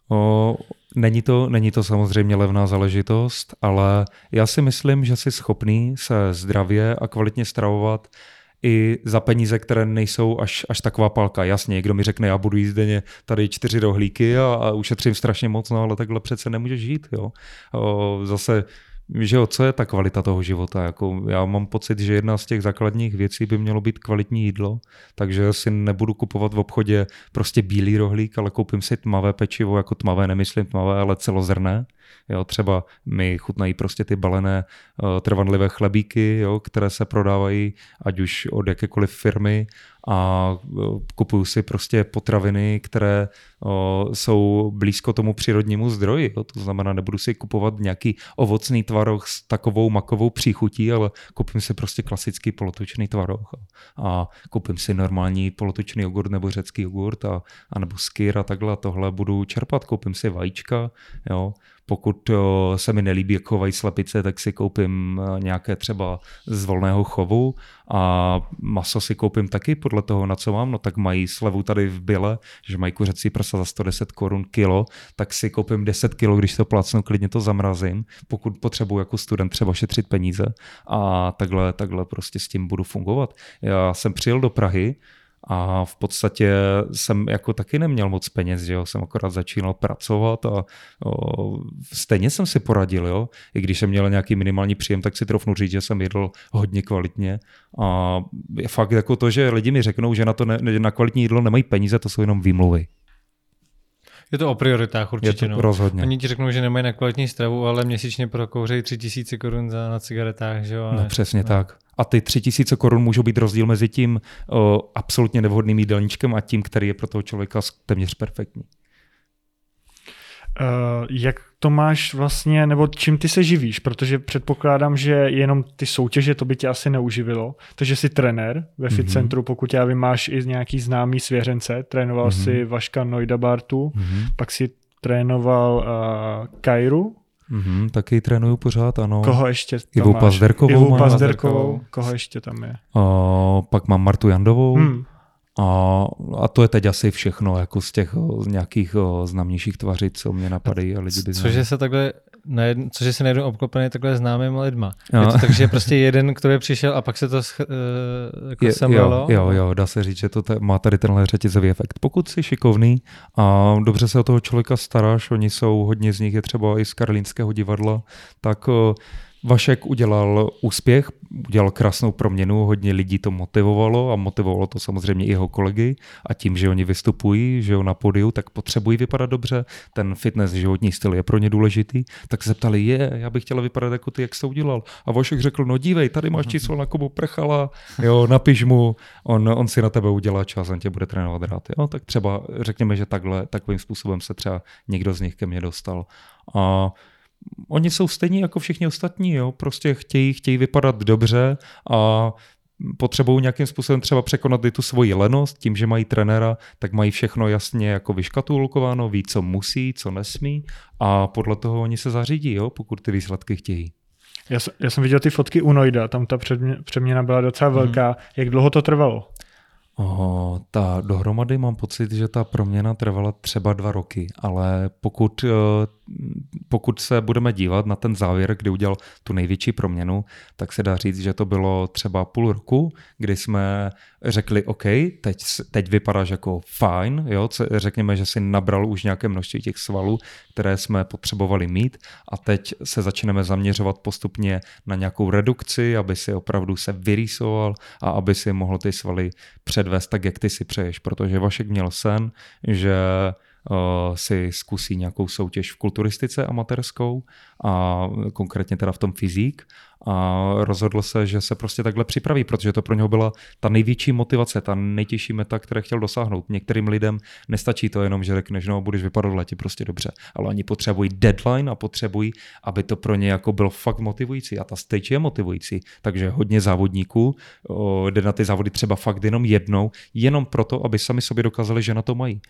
Není to samozřejmě levná záležitost, ale já si myslím, že jsi schopný se zdravě a kvalitně stravovat i za peníze, které nejsou až taková palka. Jasně, někdo mi řekne, já budu jíst denně tady 4 rohlíky a ušetřím strašně moc, no ale takhle přece nemůžeš žít. Jo. Zase, že jo, co je ta kvalita toho života? Jako, já mám pocit, že jedna z těch základních věcí by mělo být kvalitní jídlo, takže si nebudu kupovat v obchodě prostě bílý rohlík, ale koupím si tmavé pečivo, jako tmavé, nemyslím tmavé, ale celozrnné. Jo, třeba mi chutnají prostě ty balené trvanlivé chlebíky, jo, které se prodávají ať už od jakékoliv firmy a kupuju si prostě potraviny, které jsou blízko tomu přírodnímu zdroji. Jo. To znamená, nebudu si kupovat nějaký ovocný tvaroh s takovou makovou příchutí, ale koupím si prostě klasický polotočný tvaroh a koupím si normální polotočný jogurt nebo řecký jogurt a nebo skyr a takhle tohle budu čerpat. Koupím si vajíčka, jo. Pokud se mi nelíbí, jak chovají slepice, tak si koupím nějaké třeba z volného chovu a maso si koupím taky podle toho, na co mám. No tak mají slevu tady v Bile, že mají kuřecí prsa za 110 korun kilo, tak si koupím 10 kilo, když to plácnu, klidně to zamrazím, pokud potřebuji jako student třeba šetřit peníze a takhle prostě s tím budu fungovat. Já jsem přijel do Prahy A v podstatě jsem jako taky neměl moc peněz, že jo? Jsem akorát začínal pracovat a stejně jsem si poradil, jo? I když jsem měl nějaký minimální příjem, tak si trofnu říct, že jsem jedl hodně kvalitně. A je fakt jako to, že lidi mi řeknou, že na kvalitní jídlo nemají peníze, to jsou jenom výmluvy. Je to o prioritách určitě. Rozhodně. Oni ti řeknou, že nemají na kvalitní stravu, ale měsíčně prokouřejí 3000 korun na cigaretách. Že jo? No přesně tak. A ty 3000 korun můžou být rozdíl mezi tím absolutně nevhodným jídelníčkem a tím, který je pro toho člověka téměř perfektní. Jak to máš vlastně, nebo čím ty se živíš? Protože předpokládám, že jenom ty soutěže to by tě asi neuživilo. Takže jsi trenér ve Fit Centru, pokud já vím, máš i nějaký známý svěřence. Trénoval si Vaška Neudabartu, pak si trénoval Kairu. Taky trénuju pořád, ano. Koho ještě tam Ivu máš? Pazderkovou. Ivu Pazderkovou. Koho ještě tam je? Pak mám Martu Jandovou. A to je teď asi všechno, jako z těch nějakých známějších tvařic, co mě napadají a lidi by znali. Cože se najednou obklopený takhle známými lidma. Je to tak, že prostě jeden k tobě přišel a pak se to jako semlelo? Jo, dá se říct, že to má tady tenhle řetězový efekt. Pokud jsi šikovný a dobře se o toho člověka staráš, oni jsou, hodně z nich je třeba i z Karlínského divadla, tak Vašek udělal úspěch, udělal krásnou proměnu, hodně lidí to motivovalo a motivovalo to samozřejmě i jeho kolegy a tím, že oni vystupují, že jo, na pódiu, tak potřebují vypadat dobře, ten fitness, životní styl je pro ně důležitý, tak se zeptali, já bych chtěla vypadat jako ty, jak jsi to udělal. A Vašek řekl, no dívej, tady máš číslo na Kubu Prchala, jo, napiš mu, on si na tebe udělá čas, on tě bude trénovat rád. Jo, tak třeba řekněme, že takovým způsobem se třeba někdo z nich ke mně dostal. A oni jsou stejní jako všichni ostatní, jo? Prostě chtějí vypadat dobře a potřebují nějakým způsobem třeba překonat i tu svoji lenost, tím, že mají trenéra, tak mají všechno jasně jako vyškatulkováno, ví, co musí, co nesmí a podle toho oni se zařídí, jo? Pokud ty výsledky chtějí. Já jsem viděl ty fotky u Noida, tam ta přeměna byla docela velká. Jak dlouho to trvalo? Dohromady mám pocit, že ta proměna trvala třeba 2 roky, ale pokud se budeme dívat na ten závěr, kdy udělal tu největší proměnu, tak se dá říct, že to bylo třeba 0,5 roku, kdy jsme řekli, OK, teď vypadáš jako fajn, jo? Řekněme, že si nabral už nějaké množství těch svalů, které jsme potřebovali mít a teď se začneme zaměřovat postupně na nějakou redukci, aby si opravdu se vyrýsoval a aby si mohl ty svaly předvést tak, jak ty si přeješ, protože Vašek měl sen, že si zkusí nějakou soutěž v kulturistice amatérskou a konkrétně teda v tom fyzik a rozhodl se, že se prostě takhle připraví, protože to pro něho byla ta největší motivace, ta nejtěžší meta, které chtěl dosáhnout. Některým lidem nestačí to jenom, že řekneš, no budeš vypadat v létě prostě dobře, ale oni potřebují deadline a potřebují, aby to pro ně jako bylo fakt motivující a ta stage je motivující, takže hodně závodníků jde na ty závody třeba fakt jednou, jenom proto, aby sami sobě dokázali, že na to mají.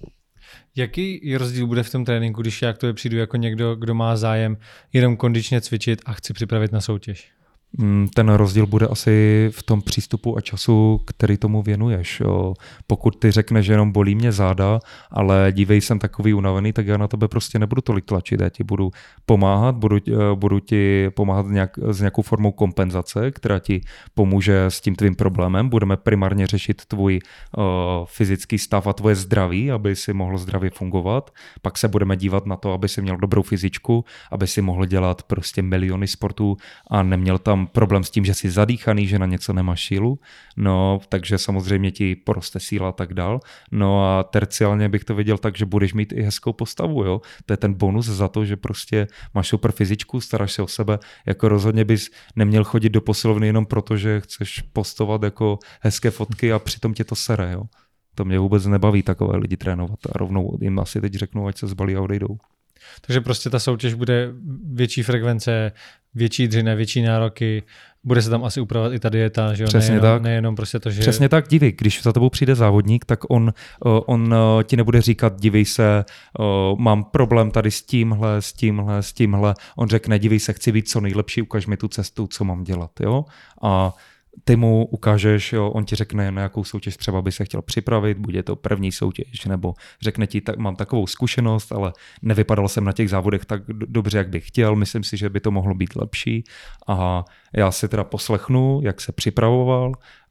Jaký rozdíl bude v tom tréninku, když já k tobě přijdu jako někdo, kdo má zájem jenom kondičně cvičit a chci připravit na soutěž? Ten rozdíl bude asi v tom přístupu a času, který tomu věnuješ. Jo. Pokud ty řekneš, že jenom bolí mě záda, ale dívej, jsem takový unavený, tak já na tebe prostě nebudu tolik tlačit. Já ti budu pomáhat, budu ti pomáhat s nějakou formou kompenzace, která ti pomůže s tím tvým problémem. Budeme primárně řešit tvůj fyzický stav a tvoje zdraví, aby si mohl zdravě fungovat. Pak se budeme dívat na to, aby si měl dobrou fyzičku, aby si mohl dělat prostě miliony sportů a neměl tam problém s tím, že jsi zadýchaný, že na něco nemáš sílu, no, takže samozřejmě ti poroste síla a tak dál. No a terciálně bych to viděl tak, že budeš mít i hezkou postavu, jo. To je ten bonus za to, že prostě máš super fyzičku, staráš se o sebe, jako rozhodně bys neměl chodit do posilovny jenom proto, že chceš postovat jako hezké fotky a přitom tě to sere, jo. To mě vůbec nebaví takové lidi trénovat a rovnou jim asi teď řeknu, ať se zbalí a odejdou. Takže prostě ta soutěž bude větší frekvence, větší dřina, větší nároky, bude se tam asi upravovat i ta dieta, že jo? Přesně nejenom prostě to, že... Přesně tak, dívej, když za tebou přijde závodník, tak on ti nebude říkat, dívej se, mám problém tady s tímhle, on řekne, dívej se, chci být co nejlepší, ukaž mi tu cestu, co mám dělat, jo? A ty mu ukážeš, jo, on ti řekne, na jakou soutěž třeba by se chtěl připravit, bude to první soutěž, nebo řekne ti, tak mám takovou zkušenost, ale nevypadal jsem na těch závodech tak dobře, jak bych chtěl, myslím si, že by to mohlo být lepší a já si teda poslechnu, jak se připravoval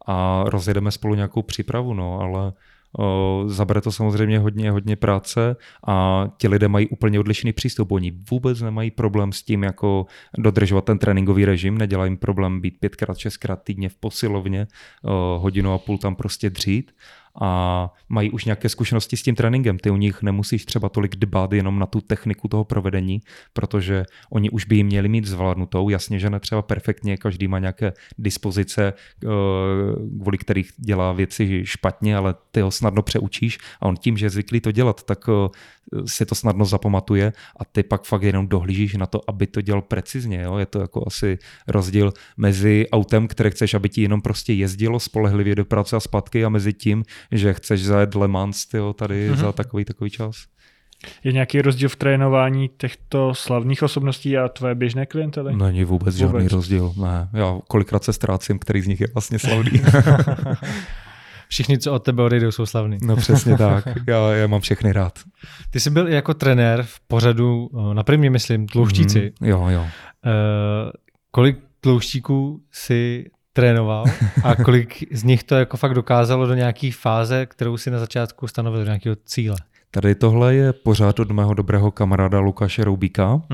a rozjedeme spolu nějakou přípravu, no, ale zabere to samozřejmě hodně práce a ti lidé mají úplně odlišný přístup. Oni vůbec nemají problém s tím, jako dodržovat ten tréninkový režim, nedělají jim problém být 5x, 6x týdně v posilovně, 1,5 hodiny tam prostě dřít a mají už nějaké zkušenosti s tím tréninkem. Ty u nich nemusíš třeba tolik dbát jenom na tu techniku toho provedení, protože oni už by ji měli mít zvládnutou. Jasně, že ne třeba perfektně, každý má nějaké dispozice, kvůli kterých dělá věci špatně, ale ty ho snadno přeučíš a on tím, že je zvyklý to dělat, tak si to snadno zapamatuje a ty pak fakt jenom dohlížíš na to, aby to dělal precizně. Jo? Je to jako asi rozdíl mezi autem, které chceš, aby ti jenom prostě jezdilo spolehlivě do práce a zpátky, a mezi tím, že chceš zajet Le Mans tady za takový čas. Je nějaký rozdíl v trénování těchto slavných osobností a tvoje běžné klientely? Není vůbec žádný rozdíl. Ne. Já kolikrát se ztrácím, který z nich je vlastně slavný. Všichni, co od tebe odejdou, jsou slavní. No přesně tak. Já mám všechny rád. Ty jsi byl jako trenér v pořadu, na Primě myslím, Tlouštíci. Jo. Kolik tlouštíků si trénoval a kolik z nich to jako fakt dokázalo do nějaký fáze, kterou si na začátku stanovil, do nějakého cíle? Tady tohle je pořád od mého dobrého kamaráda Lukáše Roubíka,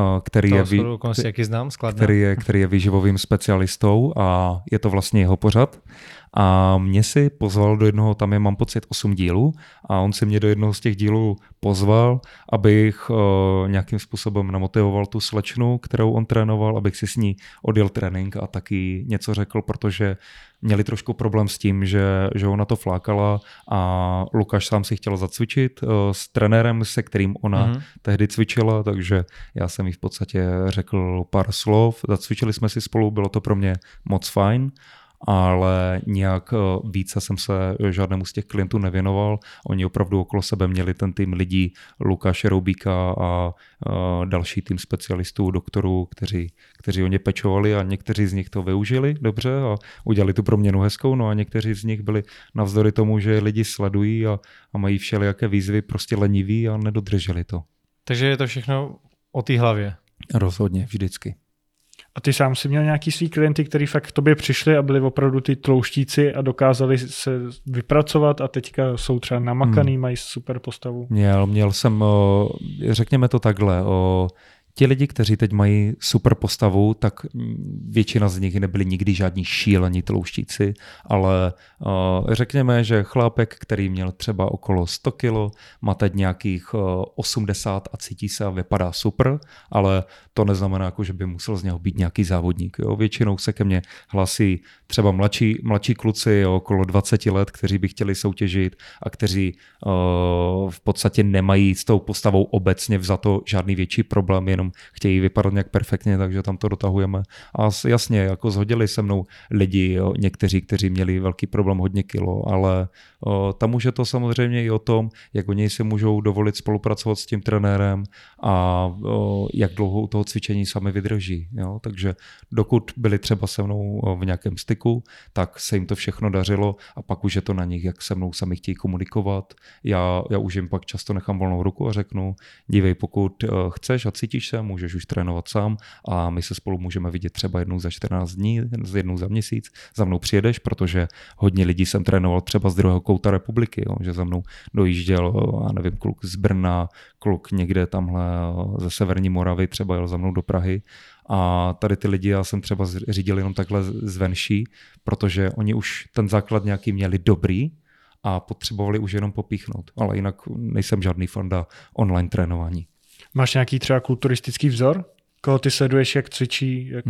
který je výživovým specialistou a je to vlastně jeho pořad. A mě si pozval do jednoho, tam je, mám pocit, 8 dílů a on si mě do jednoho z těch dílů pozval, abych nějakým způsobem namotivoval tu slečnu, kterou on trénoval, abych si s ní odjel trénink a taky něco řekl, protože měli trošku problém s tím, že ona to flákala a Lukáš sám si chtěl zacvičit s trenérem, se kterým ona tehdy cvičila, takže já jsem jí v podstatě řekl pár slov, zacvičili jsme si spolu, bylo to pro mě moc fajn, ale nějak více jsem se žádnému z těch klientů nevěnoval. Oni opravdu okolo sebe měli ten tým lidí, Lukáše Roubíka a další tým specialistů, doktorů, kteří o ně pečovali a někteří z nich to využili dobře a udělali tu proměnu hezkou, no a někteří z nich byli navzdory tomu, že lidi sledují a mají všelijaké výzvy, prostě leniví a nedodrželi to. Takže je to všechno o té hlavě? Rozhodně, vždycky. A ty sám si měl nějaký svý klienty, kteří fakt k tobě přišli a byli opravdu ty tlouštíci a dokázali se vypracovat a teďka jsou třeba namakaný, mají super postavu? Měl jsem, řekněme to takhle, ti lidi, kteří teď mají super postavu, tak většina z nich nebyli nikdy žádní šílení tlouštíci, ale řekněme, že chlápek, který měl třeba okolo 100 kg, má teď nějakých 80 a cítí se a vypadá super, ale to neznamená, jako, že by musel z něho být nějaký závodník. Jo. Většinou se ke mně hlásí třeba mladší kluci okolo 20 let, kteří by chtěli soutěžit a kteří v podstatě nemají s tou postavou obecně vzato žádný větší problém, jenom chtějí vypadat nějak perfektně, takže tam to dotahujeme. A jasně, jako shodili se mnou lidi, někteří, kteří měli velký problém, hodně kilo, ale tam už je to samozřejmě i o tom, jak oni si můžou dovolit spolupracovat s tím trenérem a jak dlouho u toho cvičení sami vydrží. Jo? Takže dokud byli třeba se mnou v nějakém styku, tak se jim to všechno dařilo a pak už je to na nich, jak se mnou sami chtějí komunikovat. Já už jim pak často nechám volnou ruku a řeknu, dívej, pokud chceš a cítíš se, můžeš už trénovat sám a my se spolu můžeme vidět třeba jednou za 14 dní, jednou za měsíc. Za mnou přijedeš, protože hodně lidí jsem trénoval třeba z druhého kouta republiky, jo, že za mnou dojížděl, já nevím, kluk z Brna, kluk někde tamhle ze severní Moravy, třeba jel za mnou do Prahy. A tady ty lidi já jsem třeba řídil jenom takhle zvenší, protože oni už ten základ nějaký měli dobrý a potřebovali už jenom popíchnout. Ale jinak nejsem žádný fanda online trénování. Máš nějaký třeba kulturistický vzor? Koho ty sleduješ, jak cvičí, jak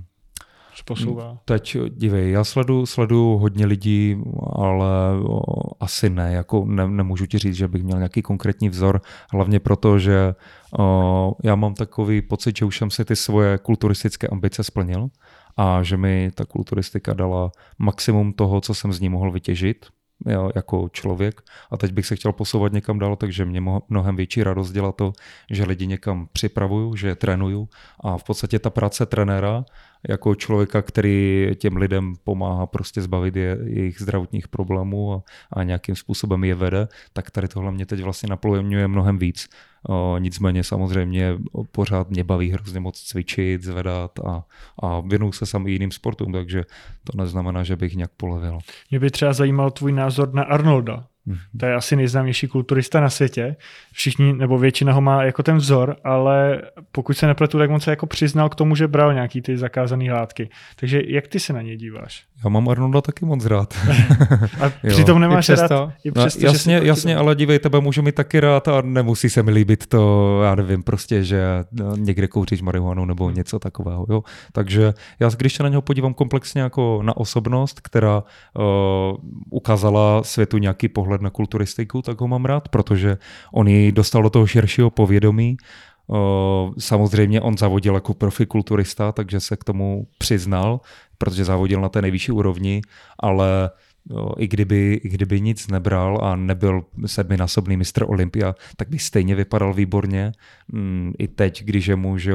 se posouvá? Teď dívej, já sleduju hodně lidí, ale asi ne. Jako nemůžu ti říct, že bych měl nějaký konkrétní vzor, hlavně proto, že já mám takový pocit, že už jsem si ty svoje kulturistické ambice splnil a že mi ta kulturistika dala maximum toho, co jsem z ní mohl vytěžit jako člověk a teď bych se chtěl posouvat někam dál, takže mě mnohem větší radost dělá to, že lidi někam připravuju, že je trénuju a v podstatě ta práce trenéra jako člověka, který těm lidem pomáhá prostě zbavit jejich zdravotních problémů a nějakým způsobem je vede, tak tady tohle mě teď vlastně naplňuje mnohem víc. Nicméně samozřejmě pořád mě baví hrozně moc cvičit, zvedat a věnuju se sám i jiným sportům, takže to neznamená, že bych nějak polevil. Mě by třeba zajímal tvůj názor na Arnolda. To je asi nejznámější kulturista na světě. Všichni, nebo většina ho má jako ten vzor, ale pokud se nepletu, tak on se jako přiznal k tomu, že bral nějaký ty zakázané látky. Takže jak ty se na něj díváš? Já mám Arnolda taky moc rád. A přitom nemáš rád? Jasně, ale dívej, tebe můžu mít taky rád a nemusí se mi líbit to, já nevím, prostě, že někde kouříš marihuanu nebo něco takového. Jo? Takže já, když se na něho podívám komplexně jako na osobnost, která ukázala světu nějaký pohled na kulturistiku, tak ho mám rád, protože on ji dostal do toho širšího povědomí. Samozřejmě on zavodil jako profikulturista, takže se k tomu přiznal, protože zavodil na té nejvyšší úrovni, ale i kdyby nic nebral a nebyl 7násobný mistr Olympia, tak by stejně vypadal výborně. I teď, když je mu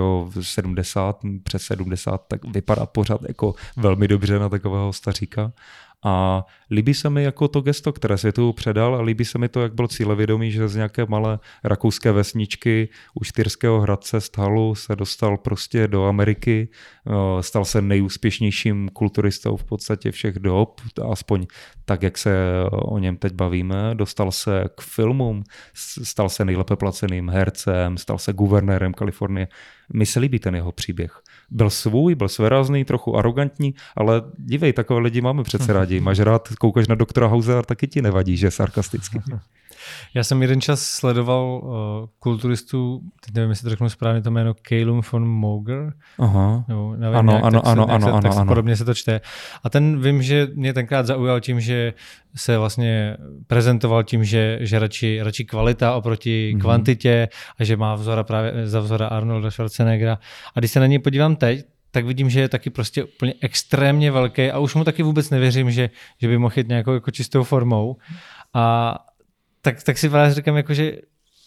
přes 70, tak vypadá pořád jako velmi dobře na takového staříka. A líbí se mi jako to gesto, které světu předal a líbí se mi to, jak byl cílevědomý, že z nějaké malé rakouské vesničky u Štýrského Hradce z Thalu se dostal prostě do Ameriky, stal se nejúspěšnějším kulturistou v podstatě všech dob, aspoň tak, jak se o něm teď bavíme, dostal se k filmům, stal se nejlépe placeným hercem, stal se guvernérem Kalifornie. Mi se líbí ten jeho příběh. Byl svůj, byl svérazný, trochu arrogantní, ale dívej, takové lidi máme přece rádi. Máš rád, koukáš na doktora Housea, taky ti nevadí, že je sarkastický. Já jsem jeden čas sledoval kulturistu, teď nevím, jestli to řeknu správně to jméno, Kalum von Moger. Aha. Nebo nevím, ano. Podobně se to čte. A ten vím, že mě tenkrát zaujal tím, že se vlastně prezentoval tím, že radši kvalita oproti kvantitě a že má za vzora Arnolda Schwarzeneggera. A když se na něj podívám teď, tak vidím, že je taky prostě úplně extrémně velký a už mu taky vůbec nevěřím, že by mohl jít nějakou jako čistou formou. A tak si právě říkám, jako, že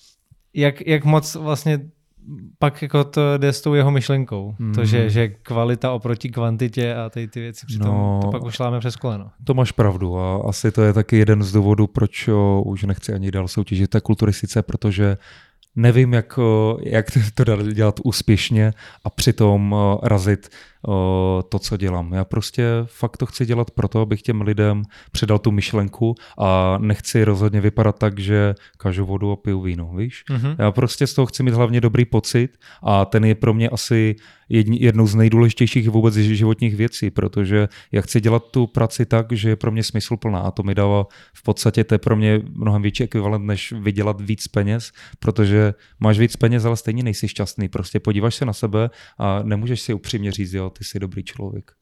jak moc vlastně pak jako to jde s tou jeho myšlenkou. To, že kvalita oproti kvantitě a ty věci přitom to pak ušláme přes koleno. To máš pravdu a asi to je taky jeden z důvodů, proč už nechci ani dál soutěžit té kulturistice, protože nevím, jak to dělat úspěšně a přitom razit to, co dělám. Já prostě fakt to chci dělat proto, abych těm lidem předal tu myšlenku a nechci rozhodně vypadat tak, že kážu vodu a piju víno, víš? Já prostě z toho chci mít hlavně dobrý pocit a ten je pro mě asi jednou z nejdůležitějších vůbec životních věcí, protože já chci dělat tu práci tak, že je pro mě smysluplná a to mi dává v podstatě, to je pro mě mnohem větší ekvivalent, než vydělat víc peněz, protože máš víc peněz, ale stejně nejsi šťastný. Prostě podíváš se na sebe a nemůžeš si upřímně říct, jo, ty jsi dobrý člověk.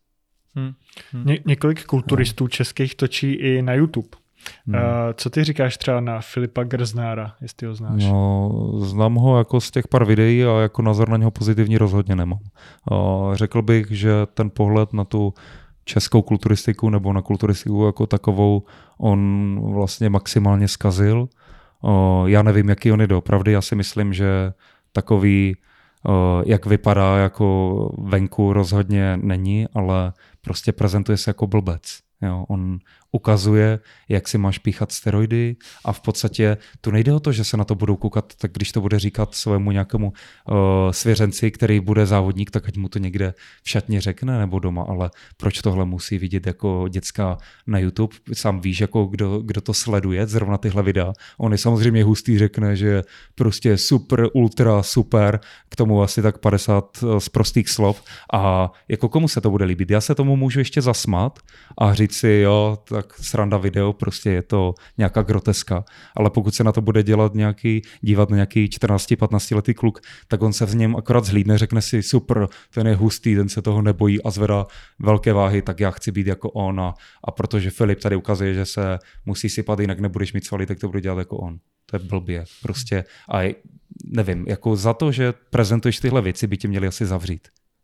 Několik kulturistů českých točí i na YouTube. Co ty říkáš třeba na Filipa Grznára, jestli ho znáš? No, znám ho jako z těch pár videí a jako názor na něho pozitivní rozhodně nemám. Řekl bych, že ten pohled na tu českou kulturistiku nebo na kulturistiku jako takovou on vlastně maximálně zkazil. Já nevím, jaký on je doopravdy, já si myslím, že takový, jak vypadá jako venku rozhodně není, ale prostě prezentuje se jako blbec. Jo, on ukazuje, jak si máš píchat steroidy a v podstatě tu nejde o to, že se na to budou koukat, tak když to bude říkat svému nějakému svěřenci, který bude závodník, tak ať mu to někde v šatně řekne nebo doma, ale proč tohle musí vidět jako děcka na YouTube? Sám víš, jako kdo to sleduje, zrovna tyhle videa. On je samozřejmě hustý, řekne, že prostě super, ultra, super, k tomu asi tak 50 z prostých slov a jako komu se to bude líbit? Já se tomu můžu ještě zasmát a říct si, jo, tak sranda video, prostě je to nějaká groteska, ale pokud se na to bude dívat nějaký 14-15 letý kluk, tak on se v něm akorát zhlídne, řekne si super, ten je hustý, ten se toho nebojí a zvedá velké váhy, tak já chci být jako on a protože Filip tady ukazuje, že se musí sypat, jinak nebudeš mít svaly, tak to budu dělat jako on. To je blbě, prostě a nevím, jako za to, že prezentuješ tyhle věci, by tě měli asi zavřít.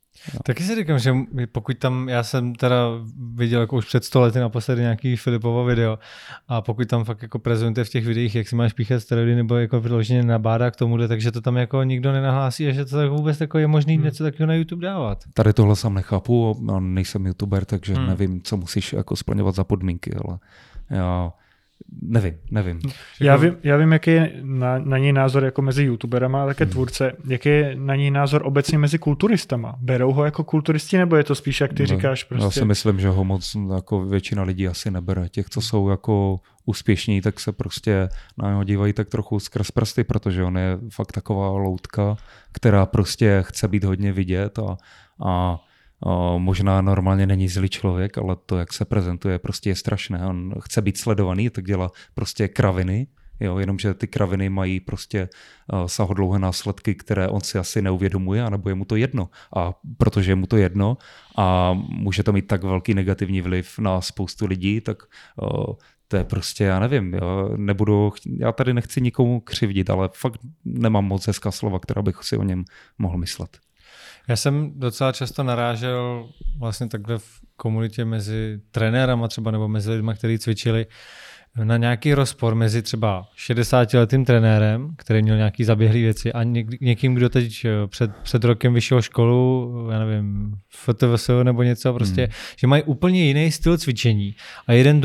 Taky si říkám, že pokud tam, já jsem teda viděl jako už před 100 lety naposledy nějaký Filipovo video a pokud tam fakt jako prezentuje v těch videích, jak si máš píchat steroidy nebo jako vyloženě nabádá k tomuhle, takže to tam jako nikdo nenahlásí a že to tak vůbec jako je možný něco takového na YouTube dávat. Tady tohle sám nechápu, nejsem youtuber, takže nevím, co musíš jako splňovat za podmínky, ale já nevím. Já vím, jaký je na něj názor jako mezi youtuberama a také tvůrce. Jaký je na něj názor obecně mezi kulturistama? Berou ho jako kulturisti, nebo je to spíš, jak ty říkáš? Prostě... Já si myslím, že ho moc jako většina lidí asi nebere. Těch, co jsou jako úspěšní, tak se prostě na něho dívají tak trochu skrz prsty, protože on je fakt taková loutka, která prostě chce být hodně vidět a možná normálně není zlý člověk, ale to, jak se prezentuje, prostě je strašné. On chce být sledovaný, tak dělá prostě kraviny, jo, jenomže ty kraviny mají prostě sahodlouhé následky, které on si asi neuvědomuje, anebo je mu to jedno. A protože je mu to jedno a může to mít tak velký negativní vliv na spoustu lidí, tak to je prostě, já nevím, já tady nechci nikomu křivdit, ale fakt nemám moc hezká slova, která bych si o něm mohl myslet. Já jsem docela často narážel vlastně takhle v komunitě mezi trenérama třeba nebo mezi lidmi, kteří cvičili, na nějaký rozpor mezi třeba 60letým trenérem, který měl nějaký zaběhlý věci a někým, kdo teď před rokem vyšel školu, já nevím, FTVS nebo něco prostě, že mají úplně jiný styl cvičení a jeden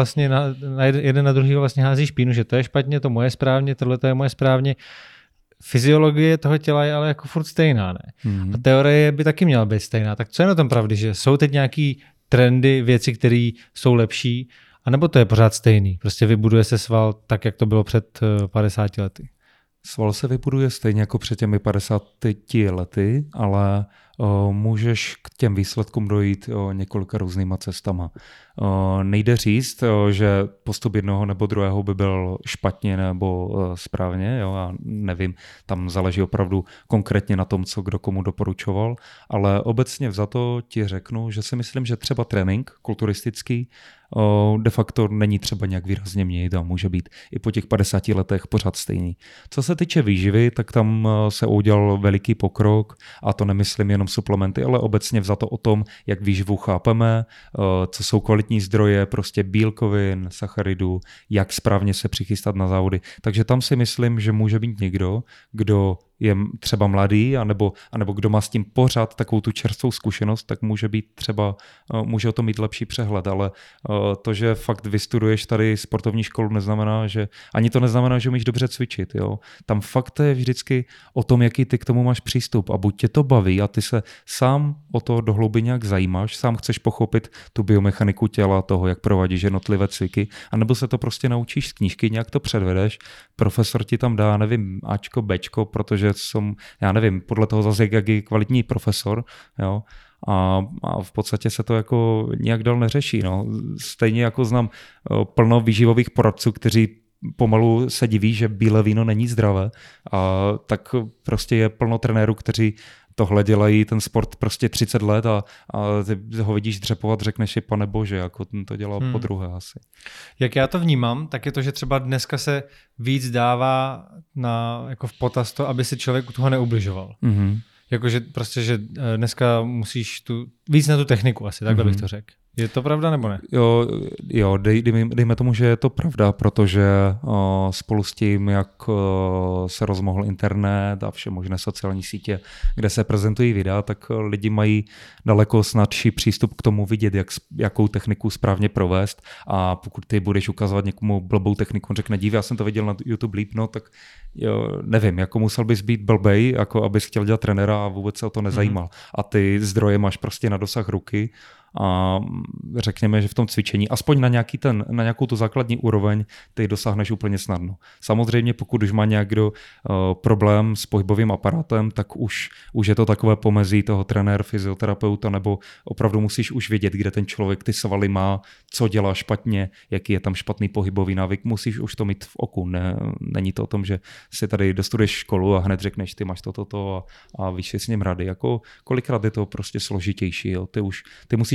na druhýho vlastně hází špínu, že to je špatně, to moje správně, tohle to je moje správně. Fyziologie toho těla je ale jako furt stejná, ne? A teorie by taky měla být stejná. Tak co je na tom pravdy, že jsou teď nějaký trendy, věci, které jsou lepší, anebo to je pořád stejný? Prostě vybuduje se sval tak, jak to bylo před 50 lety. Sval se vybuduje stejně jako před těmi 50 lety, ale můžeš k těm výsledkům dojít několika různýma cestama. Nejde říct, že postup jednoho nebo druhého by byl špatně nebo správně, jo, já nevím, tam záleží opravdu konkrétně na tom, co kdo komu doporučoval, ale obecně vzato ti řeknu, že si myslím, že třeba trénink kulturistický de facto není třeba nějak výrazně měnit a může být i po těch 50 letech pořád stejný. Co se týče výživy, tak tam se udělal veliký pokrok a to nemyslím jenom suplementy, ale obecně vzato o tom, jak výživu chápeme, co jsou kvalitní zdroje, prostě bílkovin, sacharidů, jak správně se přichystat na závody. Takže tam si myslím, že může být někdo, kdo je třeba mladý, anebo kdo má s tím pořád takovou tu čerstvou zkušenost, tak může o tom mít lepší přehled, ale to, že fakt vystuduješ tady sportovní školu, neznamená, že umíš dobře cvičit. Jo? Tam fakt je vždycky o tom, jaký ty k tomu máš přístup a buď tě to baví a ty se sám o to do hlouby nějak zajímáš, sám chceš pochopit tu biomechaniku těla, toho, jak provádíš jednotlivé cviky, anebo se to prostě naučíš z knížky, nějak to předvedeš, profesor ti tam dá, nevím, Ačko, Bčko, protože já nevím, podle toho zase jak je kvalitní profesor, jo, a v podstatě se to jako nějak dál neřeší. No. Stejně jako znám plno výživových poradců, kteří pomalu se diví, že bílé víno není zdravé, a tak prostě je plno trenérů, kteří tohle dělají ten sport prostě 30 let a ty ho vidíš dřepovat, řekneš si, pane bože, jako ten to dělal po druhé asi. Jak já to vnímám, tak je to, že třeba dneska se víc dává jako v potaz to, aby si člověk u toho neubližoval. Jakože prostě, že dneska musíš víc na tu techniku asi, takhle bych to řekl. Je to pravda nebo ne? Jo, dejme tomu, že je to pravda, protože spolu s tím, jak se rozmohl internet a vše možné sociální sítě, kde se prezentují videa, tak lidi mají daleko snadší přístup k tomu vidět, jakou techniku správně provést, a pokud ty budeš ukazovat někomu blbou techniku, on řekne, dív, já jsem to viděl na YouTube líp, no tak jo, nevím, jako musel bys být blbej, jako abys chtěl dělat trenéra a vůbec se o to nezajímal. A ty zdroje máš prostě na dosah ruky. A řekněme, že v tom cvičení, aspoň na nějakou tu základní úroveň, ty dosáhneš úplně snadno. Samozřejmě, pokud už má někdo problém s pohybovým aparátem, tak už je to takové pomezí toho trenér, fyzioterapeuta, nebo opravdu musíš už vědět, kde ten člověk ty svaly má, co dělá špatně, jaký je tam špatný pohybový návyk, musíš už to mít v oku. Není to o tom, že si tady dostuduješ školu a hned řekneš, ty máš toto a víš si s ním rady. Jako kolikrát je to prostě složitější. Jo? Ty musíš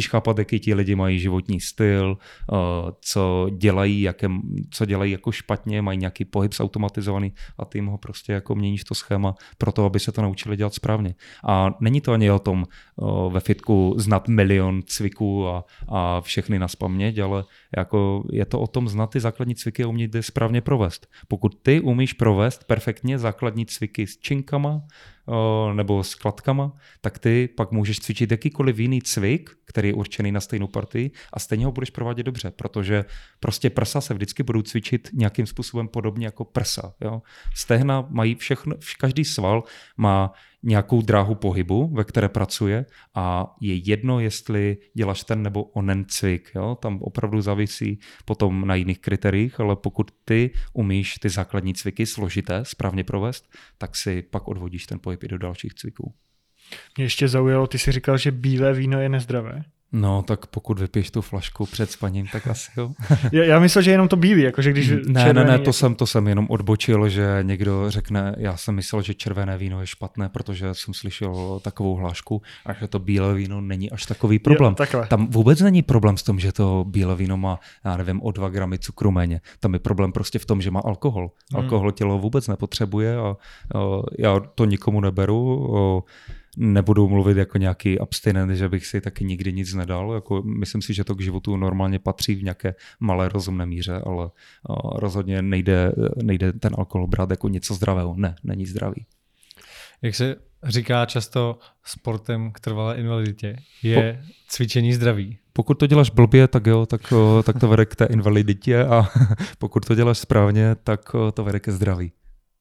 musíš chápat, jaký ti lidi mají životní styl, co dělají jako špatně, mají nějaký pohyb zautomatizovaný a ty jim ho prostě jako měníš to schéma pro to, aby se to naučili dělat správně. A není to ani o tom ve fitku znat milion cviků a všechny naspaměť, ale jako je to o tom znát ty základní cviky a umět je správně provést. Pokud ty umíš provést perfektně základní cviky s činkama nebo s kladkama, tak ty pak můžeš cvičit jakýkoliv jiný cvik, který je určený na stejnou partii a stejně ho budeš provádět dobře, protože prostě prsa se vždycky budou cvičit nějakým způsobem podobně jako prsa. Jo? Stehna mají každý sval má nějakou dráhu pohybu, ve které pracuje a je jedno, jestli děláš ten nebo onen cvik. Jo? Tam opravdu závisí potom na jiných kritériích, ale pokud ty umíš ty základní cviky složité správně provést, tak si pak odvodíš ten pohyb i do dalších cviků. Mě ještě zaujalo, ty jsi říkal, že bílé víno je nezdravé. No, tak pokud vypiješ tu flašku před spaním, tak asi jo. Já myslel, že jenom to bílý, jakože když Ne, to jsem jenom odbočil, že někdo řekne, já jsem myslel, že červené víno je špatné, protože jsem slyšel takovou hlášku a že to bílé víno není až takový problém. Jo, tam vůbec není problém s tom, že to bílé víno má, já nevím, o 2 gramy cukru méně. Tam je problém prostě v tom, že má alkohol. Alkohol tělo vůbec nepotřebuje a já to nikomu neberu. Nebudu mluvit jako nějaký abstinent, že bych si taky nikdy nic nedal. Jako, myslím si, že to k životu normálně patří v nějaké malé rozumné míře, ale rozhodně nejde ten alkohol brát jako něco zdravého. Ne, není zdravý. Jak se říká často sportem k trvalé invaliditě, je cvičení zdraví. Pokud to děláš blbě, tak jo, tak to vede k té invaliditě a pokud to děláš správně, tak to vede ke zdraví.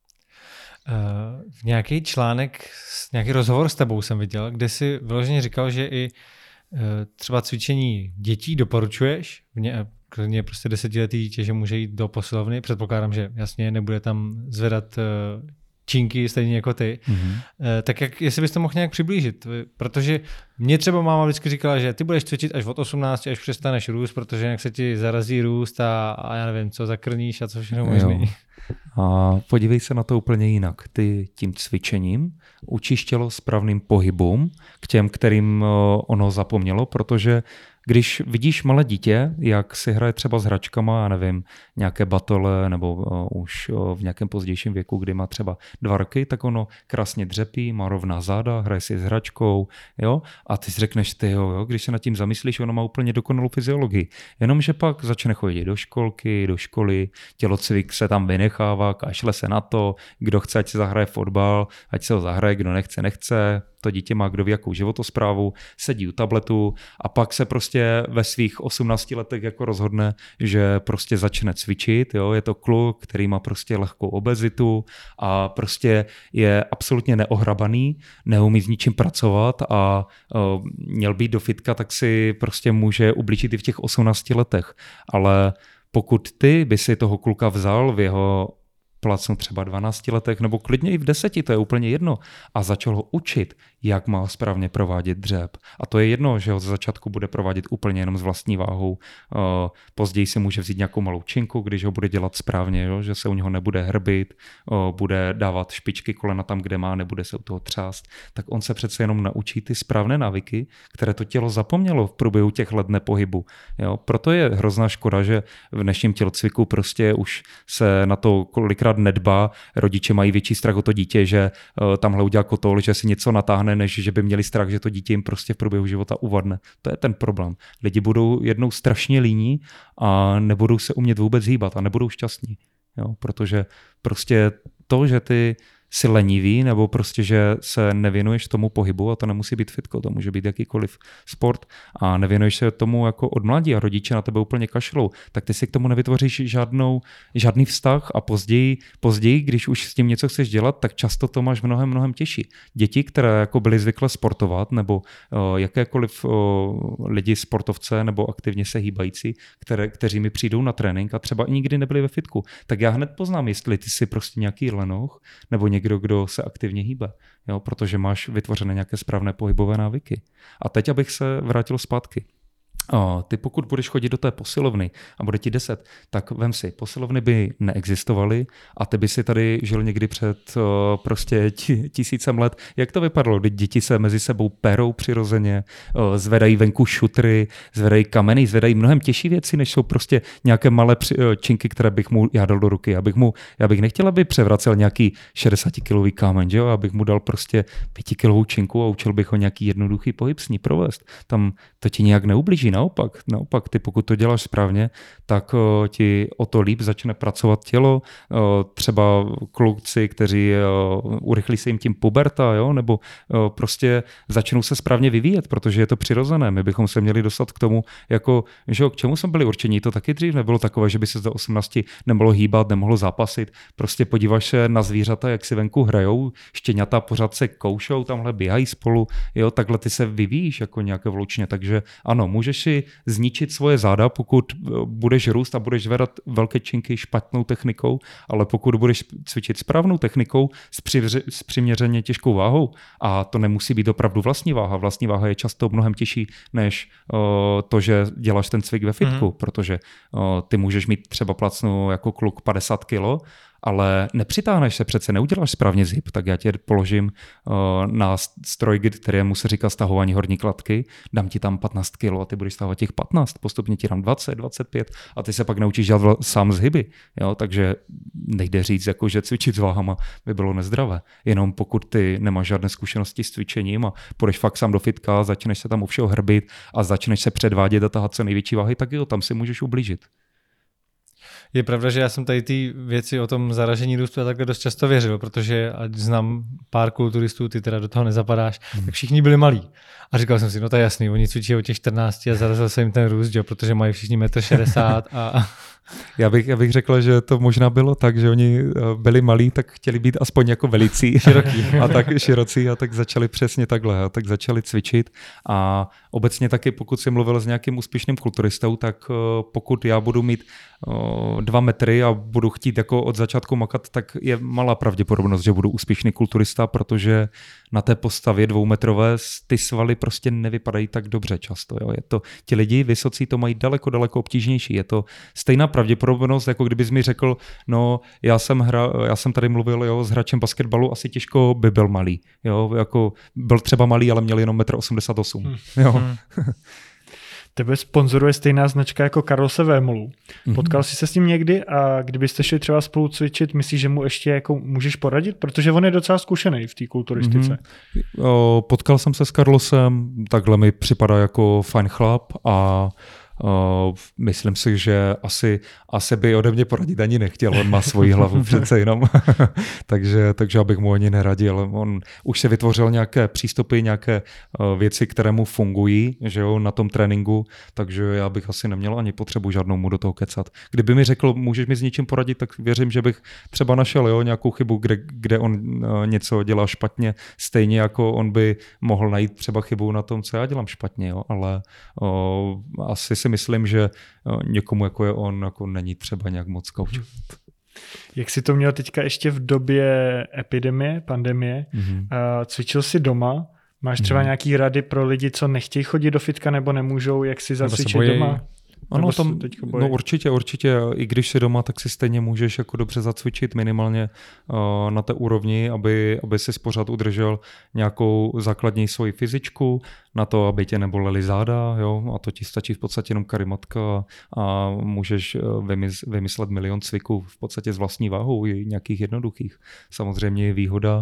V nějaký článek, nějaký rozhovor s tebou jsem viděl, kde jsi vyloženě říkal, že i třeba cvičení dětí doporučuješ, klidně prostě 10letý dítě, že může jít do posilovny, předpokládám, že jasně nebude tam zvedat činky stejně jako ty, tak jestli bys to mohl nějak přiblížit, protože mě třeba máma vždycky říkala, že ty budeš cvičit až od 18, až přestaneš růst, protože jak se ti zarazí růst a já nevím, co zakrníš a co všechno možný. A podívej se na to úplně jinak. Ty tím cvičením učíš tělo správným pohybům k těm, kterým ono zapomnělo, protože když vidíš malé dítě, jak si hraje třeba s hračkama, já nevím, nějaké batole nebo už v nějakém pozdějším věku, kdy má třeba 2 roky, tak ono krásně dřepí, má rovná záda, hraje si s hračkou, jo? A ty si řekneš, když se nad tím zamyslíš, ono má úplně dokonalou fyziologii. Jenomže pak začne chodit do školky, do školy, tělocvik se tam vynechává, kašle se na to, kdo chce, ať se zahraje fotbal, ať se ho zahraje, kdo nechce. To dítě má kdo ví jakou životosprávu, sedí u tabletu a pak se prostě ve svých 18 letech jako rozhodne, že prostě začne cvičit. Jo? Je to kluk, který má prostě lehkou obezitu a prostě je absolutně neohrabaný, neumí s ničím pracovat a měl být do fitka, tak si prostě může ublížit i v těch 18 letech. Ale pokud ty by si toho kluka vzal v jeho placnu třeba 12 letech nebo klidně i v 10, to je úplně jedno. A začal ho učit, jak má správně provádět dřep. A to je jedno, že ho ze začátku bude provádět úplně jenom s vlastní váhou. Později si může vzít nějakou malou činku, když ho bude dělat správně, jo? Že se u něho nebude hrbit, bude dávat špičky kolena tam, kde má, nebude se u toho třást. Tak on se přece jenom naučí ty správné návyky, které to tělo zapomnělo v průběhu těch let nepohybu. Jo? Proto je hrozná škoda, že v dnešním tělocviku prostě už se na to kolikrát nedbá. Rodiče mají větší strach o to dítě, že tamhle udělá kotol, že si něco natáhne, než že by měli strach, že to dítě jim prostě v průběhu života uvadne. To je ten problém. Lidi budou jednou strašně líní a nebudou se umět vůbec hýbat a nebudou šťastní. Jo? Protože prostě to, že ty jsi lenivý, nebo prostě, že se nevěnuješ tomu pohybu, a to nemusí být fitko, to může být jakýkoliv sport a nevěnuješ se tomu jako od mladí a rodiče na tebe úplně kašlou, tak ty si k tomu nevytvoříš žádný vztah a později, když už s tím něco chceš dělat, tak často to máš mnohem těžší. Děti, které jako byly zvyklé sportovat, nebo jakékoliv lidi sportovce nebo aktivně se hýbající, kteří mi přijdou na trénink a třeba nikdy nebyli ve fitku, tak já hned poznám, jestli ty jsi prostě nějaký lenoch, nebo někdo, kdo se aktivně hýbe, jo, protože máš vytvořené nějaké správné pohybové návyky. A teď, abych se vrátil zpátky. Ty pokud budeš chodit do té posilovny a bude ti 10, tak vem si, posilovny by neexistovaly a ty by si tady žil někdy před prostě 1000 let. Jak to vypadalo? Děti se mezi sebou perou přirozeně, zvedají venku šutry, zvedají kameny, zvedají mnohem těžší věci, než jsou prostě nějaké malé činky, které bych mu já dal do ruky. Já bych nechtěl, aby převracel nějaký 60-kilový kámen, že jo? Abych mu dal prostě 5kilovou činku a učil bych ho nějaký jednoduchý pohyb s ní provést. Tam to ti nějak neublíží. Naopak, ty pokud to děláš správně, tak ti o to líp začne pracovat tělo. Třeba kluci, kteří urychlí se jim tím puberta, jo? Nebo prostě začnou se správně vyvíjet, protože je to přirozené. My bychom se měli dostat k tomu, jako, že k čemu jsme byli určení. To taky dřív nebylo takové, že by se do 18 nemohlo hýbat, nemohlo zápasit. Prostě podíváš se na zvířata, jak si venku hrajou, štěňata pořád se koušou, tamhle běhají spolu, jo? Takhle ty se vyvíjíš jako nějaké vločně. Takže ano, můžeš si zničit svoje záda, pokud budeš růst a budeš zvedat velké činky špatnou technikou, ale pokud budeš cvičit správnou technikou s přiměřeně těžkou váhou, a to nemusí být opravdu vlastní váha. Vlastní váha je často mnohem těžší než to, že děláš ten cvik ve fitku, protože ty můžeš mít třeba placnu jako kluk 50 kg, ale nepřitáhneš se přece, neuděláš správně zhyb, tak já tě položím na stroj, kterému se říká stahování horní kladky, dám ti tam 15 kg a ty budeš stahovat těch 15, postupně ti dám 20, 25 a ty se pak naučíš dělat sám zhyby. Jo? Takže nejde říct, jako, že cvičit s váhama by bylo nezdravé. Jenom pokud ty nemáš žádné zkušenosti s cvičením a půjdeš fakt sám do fitka, začneš se tam u všeho hrbit a začneš se předvádět a tahat co největší váhy, tak jo, tam si můžeš ublížit. Je pravda, že já jsem tady ty věci o tom zaražení růstu a takhle dost často věřil, protože ať znám pár kulturistů, ty teda do toho nezapadáš, tak všichni byli malí. A říkal jsem si, no to je jasný, oni cvičí od těch 14 a zarazil se jim ten růst, jo, protože mají všichni 1,60 m a... Já bych řekl, že to možná bylo tak, že oni byli malí, tak chtěli být aspoň jako velicí a tak širocí a tak začali přesně takhle, a tak začali cvičit a obecně taky, pokud jsi mluvil s nějakým úspěšným kulturistou, tak pokud já budu mít 2 metry a budu chtít jako od začátku makat, tak je malá pravděpodobnost, že budu úspěšný kulturista, protože na té postavě 2metrové ty svaly prostě nevypadají tak dobře často. Jo. Je to, ti lidi vysocí to mají daleko obtížnější. Je to stejná pravděpodobnost, jako kdybys mi řekl, no já jsem tady mluvil s hráčem basketbalu, asi těžko by byl malý. Jo. Jako byl třeba malý, ale měl jenom 1,88 m. Jo. Tebe sponzoruje stejná značka jako Carlose Vémolu. Potkal jsi se s ním někdy a kdybyste šli třeba spolu cvičit, myslíš, že mu ještě jako můžeš poradit? Protože on je docela zkušený v té kulturistice. Potkal jsem se s Carlosem, takhle mi připadá jako fajn chlap a myslím si, že asi by ode mě poradit ani nechtěl, on má svoji hlavu přece jenom, takže abych mu ani neradil. On už se vytvořil nějaké přístupy, nějaké věci, které mu fungují, že jo, na tom tréninku, takže já bych asi neměl ani potřebu žádnou mu do toho kecat. Kdyby mi řekl, můžeš mi s něčím poradit, tak věřím, že bych třeba našel, jo, nějakou chybu, kde on něco dělá špatně, stejně jako on by mohl najít třeba chybu na tom, co já dělám špatně, jo, ale asi si myslím, že někomu jako je on jako není třeba nějak moc koučovat. Jak jsi to měl teďka ještě v době epidemie, pandemie? Cvičil jsi doma? Máš třeba nějaký rady pro lidi, co nechtějí chodit do fitka nebo nemůžou, jak si zacvičit doma? Ano, no určitě. I když jsi doma, tak si stejně můžeš jako dobře zacvičit minimálně na té úrovni, aby si pořád udržel nějakou základní svoji fyzičku, na to, aby tě nebolely záda, jo? A to ti stačí v podstatě jenom karimatka a můžeš vymyslet milion cviků v podstatě s vlastní váhou, i nějakých jednoduchých. Samozřejmě je výhoda,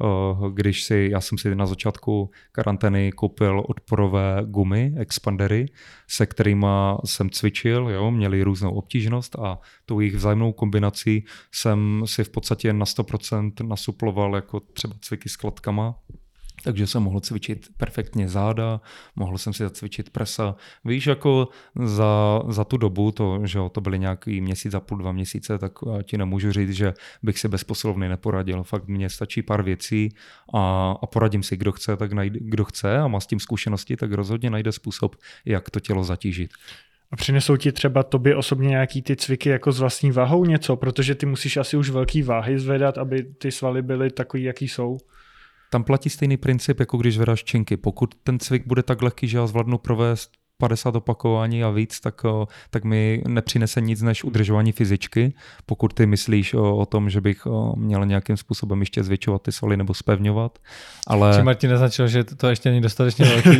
já jsem si na začátku karantény koupil odporové gumy, expandery, se kterými jsem cvičil, jo? Měli různou obtížnost a tou jejich vzájemnou kombinací jsem si v podstatě na 100% nasuploval jako třeba cviky s kladkama. Takže jsem mohl cvičit perfektně záda, mohl jsem si zacvičit presa. Víš, jako za tu dobu, to byly nějaký měsíc a půl, 2 měsíce, tak ti nemůžu říct, že bych si bez posilovny neporadil. Fakt mně stačí pár věcí a poradím si, kdo chce a má s tím zkušenosti, tak rozhodně najde způsob, jak to tělo zatížit. A přinesou ti třeba tobě osobně nějaký ty cviky jako s vlastní váhou něco? Protože ty musíš asi už velký váhy zvedat, aby ty svaly byly takový, jaký jsou. Tam platí stejný princip, jako když zvedáš činky. Pokud ten cvik bude tak lehký, že já zvládnu provést 50 opakování a víc, tak mi nepřinese nic než udržování fyzičky. Pokud ty myslíš o tom, že bych měl nějakým způsobem ještě zvětšovat ty svaly nebo zpevňovat. Ale... Či Martin naznačil, že to ještě není dostatečně velký.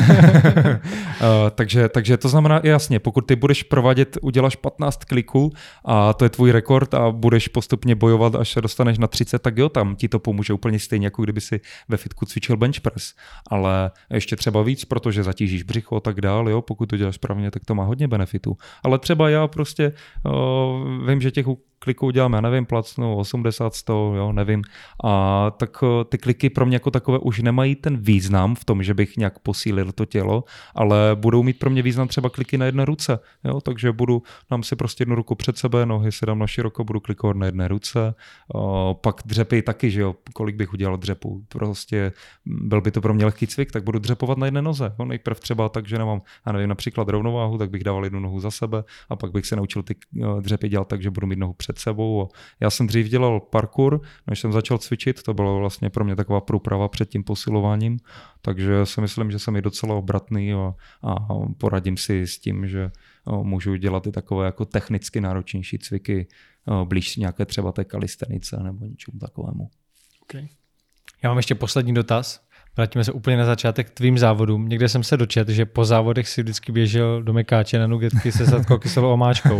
takže to znamená jasně, pokud ty budeš uděláš 15 kliků a to je tvůj rekord a budeš postupně bojovat, až se dostaneš na 30, tak jo, tam ti to pomůže úplně stejně, jako kdyby si ve fitku cvičil bench press. Ale ještě třeba víc, protože zatížíš břicho a tak dál, jo, pokud to děláš správně, tak to má hodně benefitů. Ale třeba já prostě vím, že těch kliků dělám, já nevím, placnu 80, 100, jo, nevím. A tak ty kliky pro mě jako takové už nemají ten význam v tom, že bych nějak posílil to tělo, ale budou mít pro mě význam třeba kliky na jedné ruce, jo, takže dám si prostě jednu ruku před sebe, nohy si dám na široko, budu klikovat na jedné ruce, pak dřepy taky, že jo, kolik bych udělal dřepů, prostě byl by to pro mě lehký cvik, tak budu dřepovat na jedné noze, jo, nejprv třeba tak, že nemám, já nevím, například rovnováhu, tak bych dával jednu nohu za sebe a pak bych se naučil ty dřepy dělat tak, že budu mít nohu před sebou. Já jsem dřív dělal parkour, než jsem začal cvičit, to bylo vlastně pro mě taková průprava před tím posilováním, takže si myslím, že jsem i docela obratný a poradím si s tím, že můžu dělat i takové jako technicky náročnější cviky blíž nějaké třeba té kalistenice nebo něčemu takovému. Okay. Já mám ještě poslední dotaz. Vrátíme se úplně na začátek k tvým závodům. Někde jsem se dočetl, že po závodech si vždycky běžel do Mekáče na nugetky se sladkokyselou omáčkou.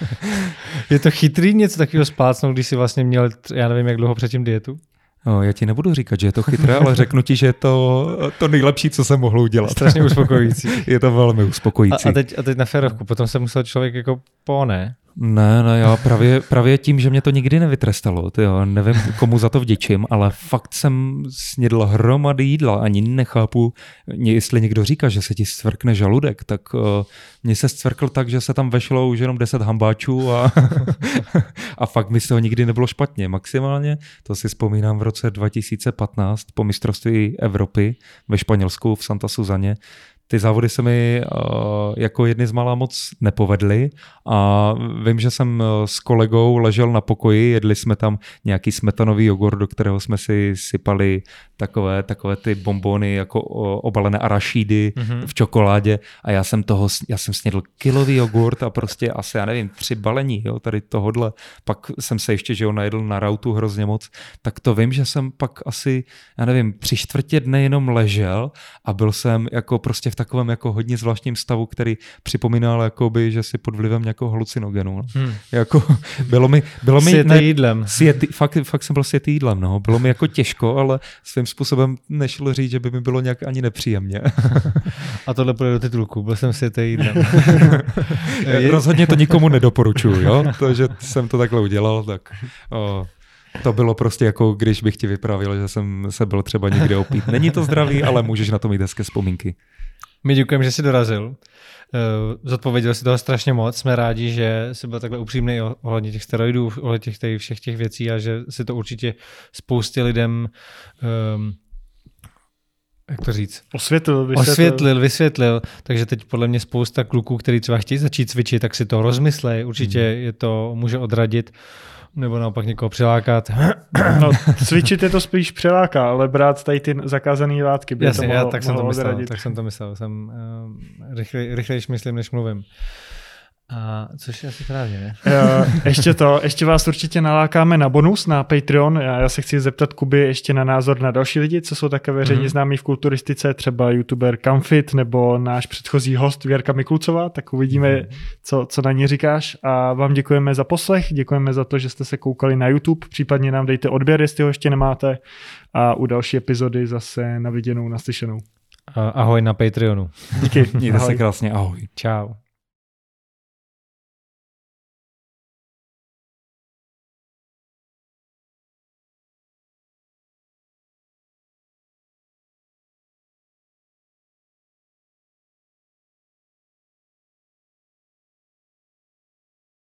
Je to chytrý něco takového splácnout, když si vlastně měl, já nevím, jak dlouho předtím dietu? Já ti nebudu říkat, že je to chytré, ale řeknu ti, že je to nejlepší, co jsem mohl udělat. Strašně uspokojující. Je to velmi uspokojící. A teď na férovku, potom se musel člověk jako Ne, já právě tím, že mě to nikdy nevytrestalo, nevím, komu za to vděčím, ale fakt jsem snědl hromady jídla, ani nechápu, jestli někdo říká, že se ti scvrkne žaludek, tak mně se scvrkl tak, že se tam vešlo už jenom 10 hambáčů a fakt mi z toho nikdy nebylo špatně. Maximálně, to si vzpomínám v roce 2015 po mistrovství Evropy ve Španělsku v Santa Suzaně. Ty závody se mi jako jedny z mála moc nepovedly a vím, že jsem s kolegou ležel na pokoji, jedli jsme tam nějaký smetanový jogurt, do kterého jsme si sypali takové ty bonbony jako obalené arašídy v čokoládě a já jsem snědl kilový jogurt a prostě asi, já nevím, 3 balení, jo, tady tohodle. Pak jsem se ještě, že jo, najedl na rautu hrozně moc, tak to vím, že jsem pak asi, já nevím, 3/4 dne jenom ležel a byl jsem jako prostě v takovém jako hodně zvláštním stavu, který připomínal jakoby, že si pod vlivem nějakého halucinogenu. Jako bylo mi jídlem. Fakt jsem byl světý jídlem, no. Bylo mi jako těžko, ale svým způsobem nešlo říct, že by mi bylo nějak ani nepříjemně. A tohle půjde do titulku, byl jsem světý jídlem. Rozhodně to nikomu nedoporučuju, jo. To, že jsem to takhle udělal, tak to bylo prostě jako, když bych ti vyprávěl, že jsem se byl třeba někde opít. Není to zdravý, ale můžeš na to mít hezké vzpomínky. My děkujeme, že jsi dorazil. Zodpověděl si toho strašně moc. Jsme rádi, že jsi byl takhle upřímný ohledně těch steroidů, ohledně všech těch věcí a že si to určitě spoustě lidem jak to říct? Vysvětlil. Takže teď podle mě spousta kluků, který třeba chtějí začít cvičit, tak si to rozmyslej. Určitě je to může odradit nebo naopak někoho přilákat. No, cvičit je to spíš přiláká, ale brát tady ty zakázané látky by jasně, to mohlo, tak jsem to myslel. Jsem rychlejší myslím, než mluvím. A což je asi právě, ne? Ještě vás určitě nalákáme na bonus na Patreon. Já se chci zeptat Kuby ještě na názor na další lidi, co jsou také veřejně známí v kulturistice, třeba youtuber Comfit nebo náš předchozí host Věrka Mikulcová, tak uvidíme, co na ní říkáš. A vám děkujeme za poslech, děkujeme za to, že jste se koukali na YouTube, případně nám dejte odběr, jestli ho ještě nemáte a u další epizody zase na viděnou, naslyšenou. Ahoj na Patreonu. Díky. Mějte se krásně, ahoj. Čau.